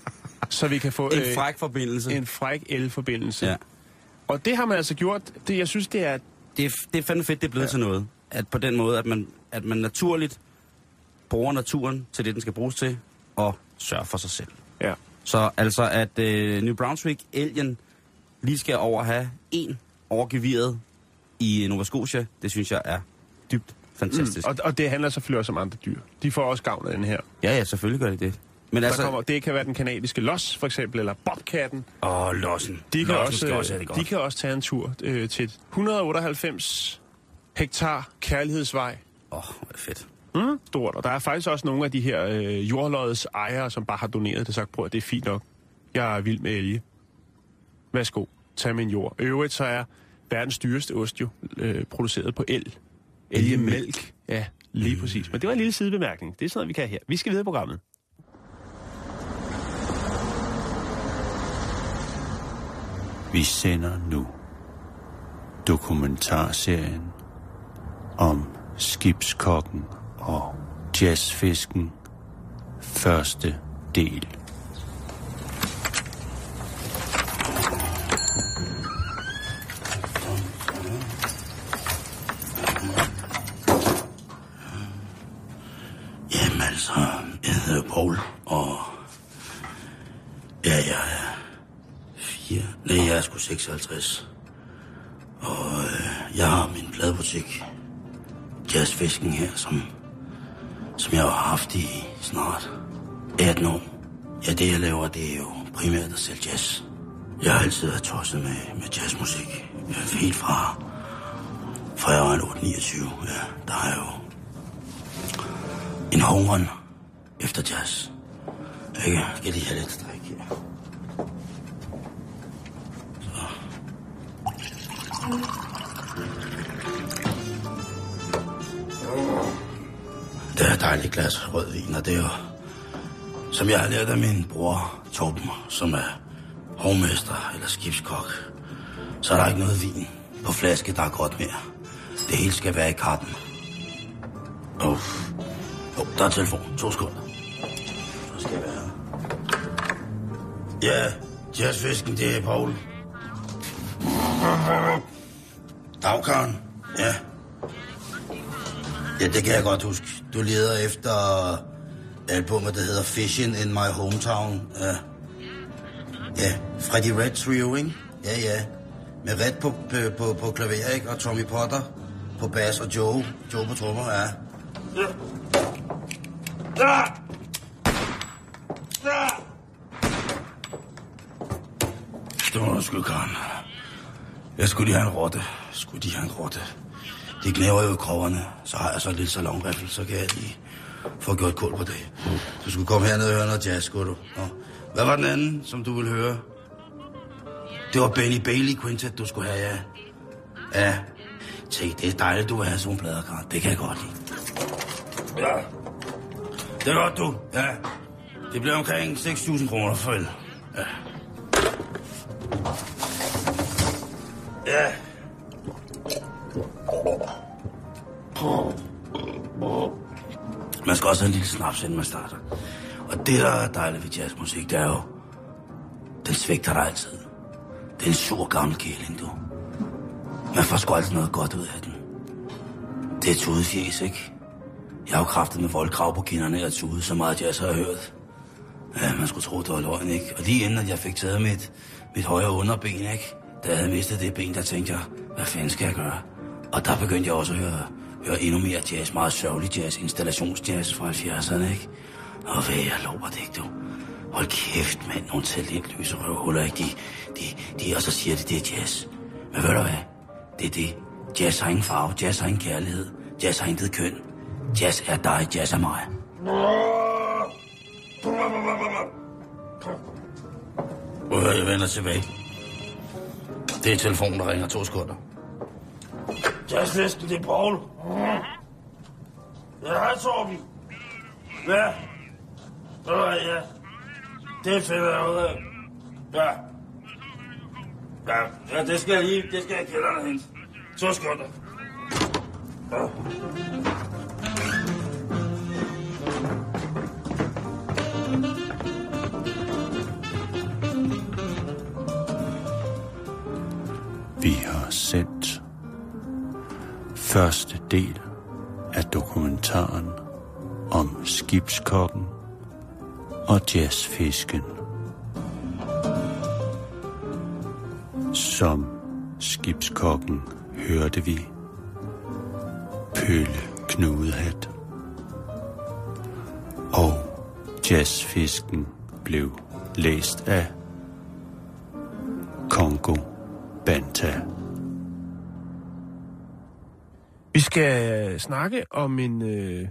så vi kan få... En øh, fræk forbindelse. En fræk elforbindelse. Ja. Og det har man altså gjort, det, jeg synes, det er... Det er, det er fandme fedt, det er blevet ja. til noget. At på den måde, at man, at man naturligt bruger naturen til det, den skal bruges til, og sørger for sig selv. Ja. Så altså, at øh, New Brunswick, elgen, lige skal over have en overgeviret i Nova Scotia, det synes jeg er dybt fantastisk. Mm, og, og det handler selvfølgelig også om andre dyr. De får også gavn af den her. Ja, ja, selvfølgelig gør det det. Men der altså... kommer, det kan være den kanadiske los, for eksempel, eller bobkatten. Åh, oh, lossen. De kan, lossen også, også de kan også tage en tur øh, til et et hundrede og otteoghalvfems hektar kærlighedsvej. Åh, oh, hvor er det fedt. Mm, stort. Og der er faktisk også nogle af de her øh, jordlodets ejere, som bare har doneret det, sagt, prøv at det er fint nok. Jeg er vild med elge. Værsgo, tag min jord. Øvrigt så er verdens dyreste ost jo øh, produceret på el. Elgemælk. Ja, lige mm. præcis. Men det var en lille sidebemærkning. Det er sådan noget, vi kan her. Vi skal videre i programmet. Vi sender nu dokumentarserien om skibskokken og jazzfisken, første del. Jamen altså, jeg hedder Paul, og ja, jeg er fire, nej, jeg er sgu seksoghalvtreds, og øh, jeg har min pladebutik, Jazzfisken her, som, som jeg har haft i snart atten år. Ja, det jeg laver, det er jo primært at sælge jazz. Jeg har altid været tosset med, med jazzmusik. Helt fra, fra jeg var en otte niogtyve, ja, der har jeg jo en hungeren efter jazz. Jeg skal lige have lidt drik her. Så. Det er et dejligt glas rødvin, og det er jo, som jeg har lært af min bror Torben, som er hovmester eller skibskok, så er der ikke noget vin på flaske, der er godt mere. Det hele skal være i kappen. Åh, oh. oh, der er telefon. To sekunder. Så skal jeg være her. Ja, jazzfisken, det er Paul. Dagkaren, ja. Ja, det kan jeg godt huske. Du leder efter albumet, der hedder Fishing in My Hometown. Ja, ja. Freddie Red Trio, ikke? Ja, ja. Med Red på, på, på, på klaver, ikke? Og Tommy Potter på bass og Joe. Joe på trommer, ja. Ja. Ja. Ja. Det var sgu, Karen. Jeg skulle lige have en rotte. Jeg skulle lige have en rotte. De knæver jo i kropperne. Så har jeg så lidt salonriffel, så kan jeg lige få gjort kul på det. Du skulle komme herned og høre noget jazz, skulle du? Nå. Hvad var den anden, som du ville høre? Det var Benny Bailey Quintet, du skulle have, ja. Ja. Se, det er dejligt, du vil have sådan nogle plader, Karen. Det kan jeg godt lide. Ja. Det er godt, du. Ja. Det bliver omkring seks tusind kroner for el. Ja. Ja. Man skal også have en lille snaps, inden man starter. Og det, der er dejligt ved jazzmusik, det er jo, den svigter dig altid. Det er en sur gammel kæling, du. Man får sgu altid noget godt ud af den. Det er tudefjes, ikke? Jeg har jo kraftet med voldkrav på kinderne og tude, så meget jazz har jeg hørt. Ja, man skulle tro, det var løgn, ikke? Og lige inden, at jeg fik taget mit, mit højre underben, ikke? Da jeg havde mistet det ben, der tænkte jeg, hvad fanden skal jeg gøre? Og der begyndte jeg også at høre, høre endnu mere jazz, meget sørgelig jazz, installationsjazz fra halvfjerdserne, ikke? Og hvad, jeg lover det ikke, du. Hold kæft, mand, nogle talentløse røvhuller, ikke? De, de, de, og så siger de, det er jazz. Men ved du hvad? Det er det. Jazz har ingen farve, jazz har ingen kærlighed, jazz har intet køn. Jazz er dig, jazz er mig. Jeg vender tilbage. Det er telefonen, der ringer to sekunder. Jazzfesten, det er Paul. Ja, hej Torben. Ja. Ja, ja. Det er fedt, jeg Ja. Ja, ja, det skal jeg lige, det skal jeg kælderne hente. To sekunder. Ja. Vi har sendt første del af dokumentaren om skibskokken og jazzfisken. Som skibskokken hørte vi Pølle Knudehat, og jazzfisken blev læst af Congo Banta. Vi skal snakke om en, øh,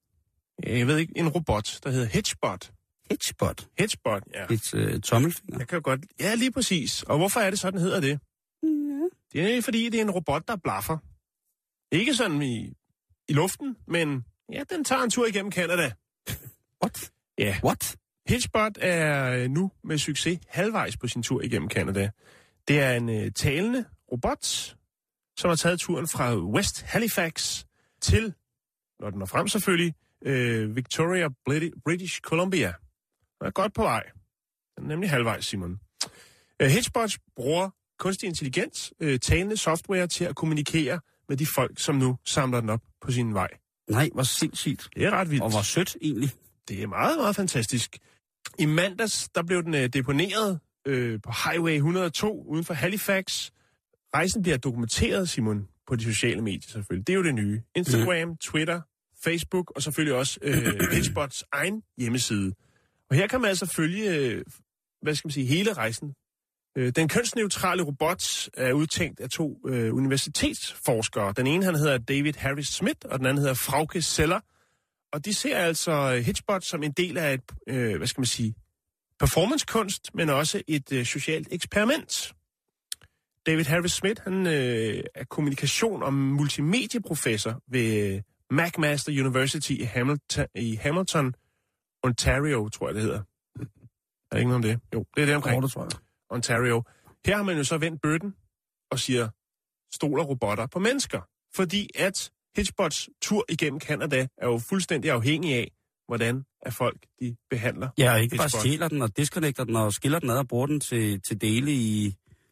jeg ved ikke, en robot, der hedder Hedgebot. Hedgebot? Hedgebot, ja. Et øh, tommelfinger? Jeg kan godt, ja, lige præcis. Og hvorfor er det sådan, hedder det? Mm. Det er fordi, det er en robot, der blaffer. Ikke sådan i, i luften, men ja, den tager en tur igennem Canada. What? Ja. What? Hedgebot er nu med succes halvvejs på sin tur igennem Canada. Det er en øh, talende robot, som har taget turen fra West Halifax til, når den er frem selvfølgelig, øh, Victoria, British Columbia. Den er godt på vej. Den er nemlig halvvejs, Simon. Øh, Hedgebot bruger kunstig intelligens, øh, talende software til at kommunikere med de folk, som nu samler den op på sin vej. Nej, hvor sindssygt. Det er ret vildt. Og hvor sødt egentlig. Det er meget, meget fantastisk. I mandags, der blev den øh, deponeret øh, på Highway et hundrede og to uden for Halifax. Rejsen bliver dokumenteret, Simon, på de sociale medier selvfølgelig. Det er jo det nye. Instagram, mm. Twitter, Facebook og selvfølgelig også øh, Hedgebots egen hjemmeside. Og her kan man altså følge, øh, hvad skal man sige, hele rejsen. Øh, den kønsneutrale robot er udtænkt af to øh, universitetsforskere. Den ene, han hedder David Harris Smith, og den anden hedder Frauke Seller. Og de ser altså Hedgebot som en del af et, øh, hvad skal man sige, performancekunst, men også et øh, socialt eksperiment. David Harris Smith, han øh, er kommunikation- og multimedieprofessor ved McMaster University i Hamilton, i Hamilton, Ontario, tror jeg det hedder. Er der ikke noget om det? Jo, det er det omkring. Det tror jeg. Ontario. Her har man jo så vendt bøtten og siger, stoler robotter på mennesker. Fordi at Hedgebots tur igennem Canada er jo fuldstændig afhængig af, hvordan er folk, de behandler. Ja, og ikke Hedgebot. bare stjæler den og disconnecter den og skiller den ad og bruger den til, til dele i,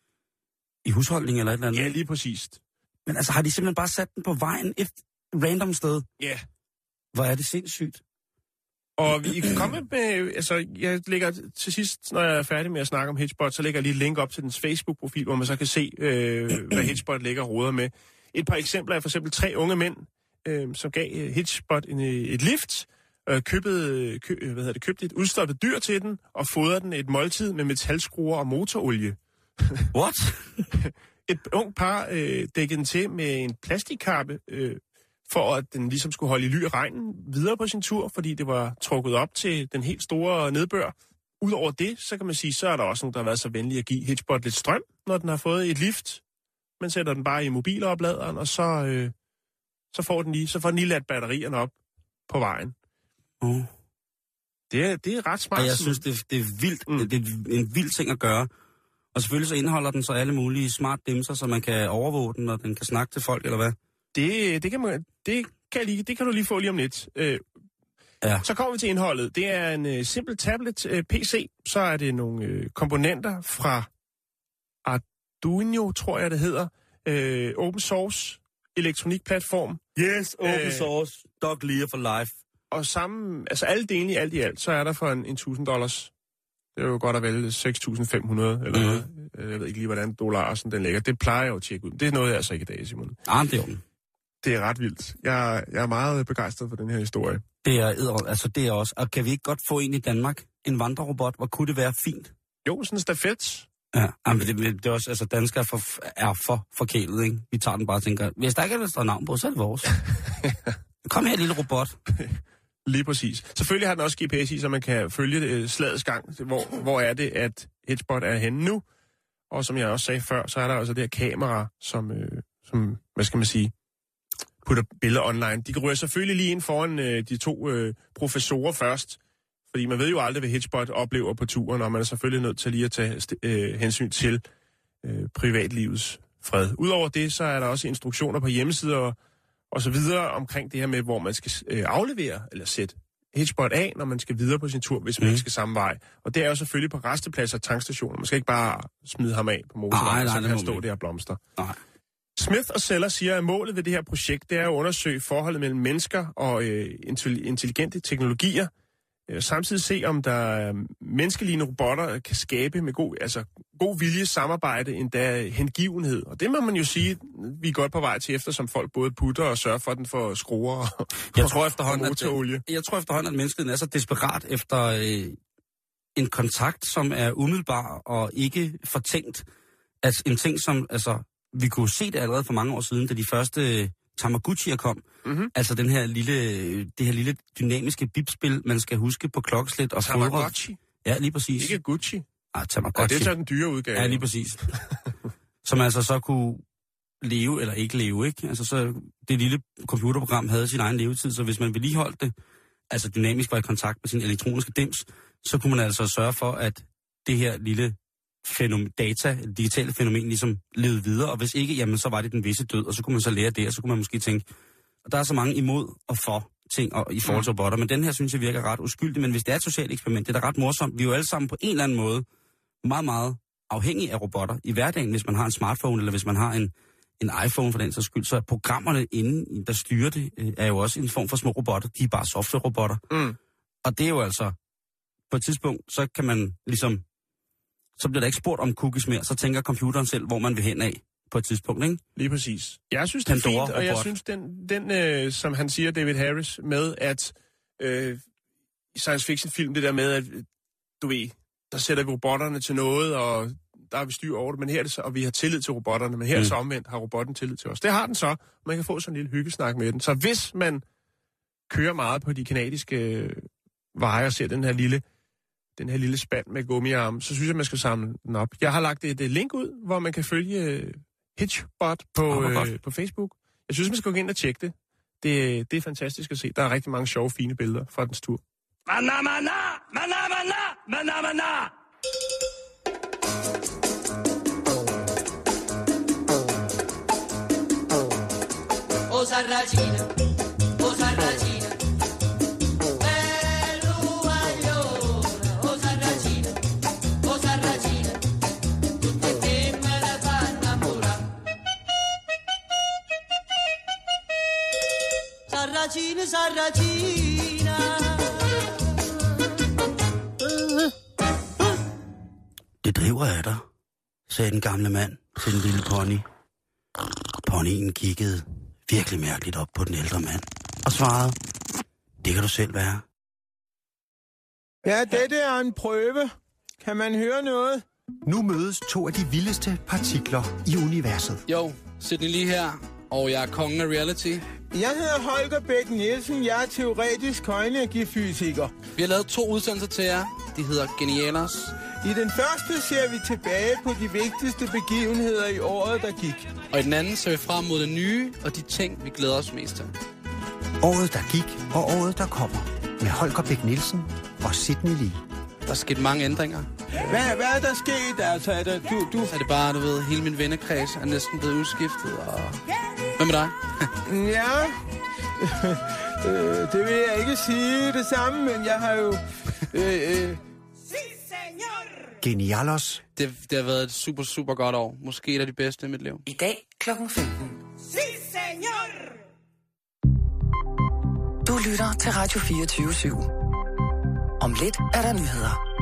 i husholdning eller et eller andet. Ja, lige præcis. Men altså, har de simpelthen bare sat den på vejen et random sted? Ja. Hvor er det sindssygt. Og vi kan komme med, altså jeg lægger til sidst, når jeg er færdig med at snakke om Hedgebot, så lægger jeg lige et link op til dens Facebook-profil, hvor man så kan se, øh, hvad Hedgebot lægger og roder med. Et par eksempler er for eksempel tre unge mænd, øh, som gav Hedgebot en, et lift, øh, købte, køb, hvad hedder det, købte et udstoppet dyr til den, og fodrede den et måltid med metalskruer og motorolie. What? Et ung par øh, dækkede den til med en plastikkappe, øh, for at den ligesom skulle holde i ly af regnen videre på sin tur, fordi det var trukket op til den helt store nedbør. Udover det, så kan man sige, så er der også nogen, der har været så venlige at give Hedgebot lidt strøm, når den har fået et lift. Man sætter den bare i mobilopladeren, og så, øh, så, får den lige, så får den lige ladt batterierne op på vejen. Uh. Det, er, det er ret smart. Og jeg synes, det, det er vildt. Mm. Det, det er en vild ting at gøre. Og selvfølgelig så indeholder den så alle mulige smart dimser, så man kan overvåge den, og den kan snakke til folk, eller hvad? Det, det, kan, man, det, kan, lige, det kan du lige få lige om lidt. Øh, Ja. Så kommer vi til indholdet. Det er en uh, simpel tablet-P C. Uh, så er det nogle uh, komponenter fra Arduino, tror jeg det hedder. Uh, open source elektronikplatform. Yes, open uh, source. Dog Lear for life. Og sammen, altså alle delene i alt i alt, så er der for en, en tusind dollars. Det er jo godt at vælge seks tusind fem hundrede eller mm. noget. Jeg ved ikke lige, hvordan dollar sådan den ligger. Det plejer jeg jo at tjekke ud. Det er noget, jeg altså ikke i dag, Simon. Ah, det er jo. Det er ret vildt. Jeg, jeg er meget begejstret for den her historie. Det er, altså det er også. Og kan vi ikke godt få en i Danmark? En vandrerobot? Hvor kunne det være fint? Jo, sådan en stafet. Ja, men det, det er også, altså danskere er for, er for forkælet, ikke? Vi tager den bare og tænker, hvis der ikke er noget større navn på, så er det vores. Kom her, lille robot. Lige præcis. Selvfølgelig har den også G P S i, så man kan følge slagets gang. Hvor, hvor er det, at Hedgebot er henne nu? Og som jeg også sagde før, så er der også det her kamera, som, øh, som hvad skal man sige, putter billeder online. De ryger selvfølgelig lige ind foran øh, de to øh, professorer først, fordi man ved jo aldrig, hvad Hedgebot oplever på turen, og man er selvfølgelig nødt til lige at tage øh, hensyn til øh, privatlivets fred. Udover det, så er der også instruktioner på hjemmesider og, og så videre omkring det her med, hvor man skal øh, aflevere eller sætte Hedgebot af, når man skal videre på sin tur, hvis man mm. ikke skal samme vej. Og det er jo selvfølgelig på rastepladser og tankstationer. Man skal ikke bare smide ham af på motorvejen, så kan han stå der og blomster. Nej. Smith og Seller siger, at målet ved det her projekt, det er at undersøge forholdet mellem mennesker og øh, intelligente teknologier. Øh, samtidig se, om der øh, menneskelignende robotter kan skabe med god, altså, god vilje, samarbejde, endda hengivenhed. Og det må man jo sige, vi er godt på vej til, eftersom folk både putter og sørger for, at den får skruer og jeg tror efterhånden, motorolie. At, jeg tror efterhånden, at menneskeheden er så desperat efter øh, en kontakt, som er umiddelbar og ikke fortænkt. Altså en ting, som... altså vi kunne se det allerede for mange år siden, da de første Tamagotchi'er kom. Mm-hmm. Altså den her lille, det her lille dynamiske bipspil, man skal huske på klokkeslæt og fodret. Tamagotchi? Ja, lige præcis. Ikke Gucci? Ah, Tamagotchi. Ja, det er så den dyre udgave. Ja, lige præcis. Som altså så kunne leve eller ikke leve, ikke? Altså så det lille computerprogram havde sin egen levetid, så hvis man vedligeholdt det, altså dynamisk var i kontakt med sin elektroniske dims, så kunne man altså sørge for, at det her lille fænomen, data, digitale fænomen ligesom levede videre, og hvis ikke, jamen så var det den visse død, og så kunne man så lære det, og så kunne man måske tænke, og der er så mange imod og for ting og, i forhold til robotter, men den her synes jeg virker ret uskyldig, men hvis det er et socialt eksperiment, det er da ret morsomt. Vi er jo alle sammen på en eller anden måde meget, meget afhængige af robotter i hverdagen, hvis man har en smartphone, eller hvis man har en, en iPhone for den sags skyld, så er programmerne inde, der styrer det, er jo også en form for små robotter, de er bare software-robotter. Mm. Og det er jo altså, på et tidspunkt, så kan man ligesom så bliver der ikke spurgt om cookies mere, så tænker computeren selv, hvor man vil hen af på et tidspunkt, ikke? Lige præcis. Jeg synes, det er Pandora, fint, og jeg synes, den, den øh, som han siger, David Harris, med at øh, i science fiction-film, det der med, at du ved, der sætter vi robotterne til noget, og der har vi styr over det, men her er det så, og vi har tillid til robotterne, men her mm. er det så omvendt, har robotten tillid til os. Det har den så, man kan få sådan en lille hyggesnak med den. Så hvis man kører meget på de kanadiske veje og ser den her lille den her lille spand med gummiarm, så synes jeg, man skal samle den op. Jeg har lagt et, et link ud, hvor man kan følge uh, Hedgebot på, oh, øh, på Facebook. Jeg synes, man skal gå ind og tjekke det. det. Det er fantastisk at se. Der er rigtig mange sjove, fine billeder fra dens tur. Mana, mana, mana, mana, mana, mana. O Sarracina, o Sarracina. Sarracina, Sarracina. Det driver af dig, sagde den gamle mand til den lille pony. Ponyen kiggede virkelig mærkeligt op på den ældre mand og svarede, det kan du selv være. Ja, dette er en prøve. Kan man høre noget? Nu mødes to af de vildeste partikler i universet. Jo, Sidney lige her, og jeg er kongen af reality. Jeg hedder Holger Bæk Nielsen, jeg er teoretisk højenergifysiker. Vi har lavet to udsendelser til jer. De hedder Genialers. I den første ser vi tilbage på de vigtigste begivenheder i året, der gik. Og i den anden ser vi frem mod det nye og de ting, vi glæder os mest til. Året, der gik, og året, der kommer. Med Holger Bæk Nielsen og Sidney Lee. Der er sket mange ændringer. Hvad, hvad er der sket? Altså, er, der, du, du... er det bare, du ved, hele min vennekreds er næsten blevet udskiftet, og... Hvad med dig? Ja, Øh, det vil jeg ikke sige det samme, men jeg har jo... Øh, øh, Genialos. Det, det har været et super, super godt år. Måske et af de bedste i mit liv. I dag klokken femten. Du lytter til Radio fireogtyve syv. Om lidt er der nyheder.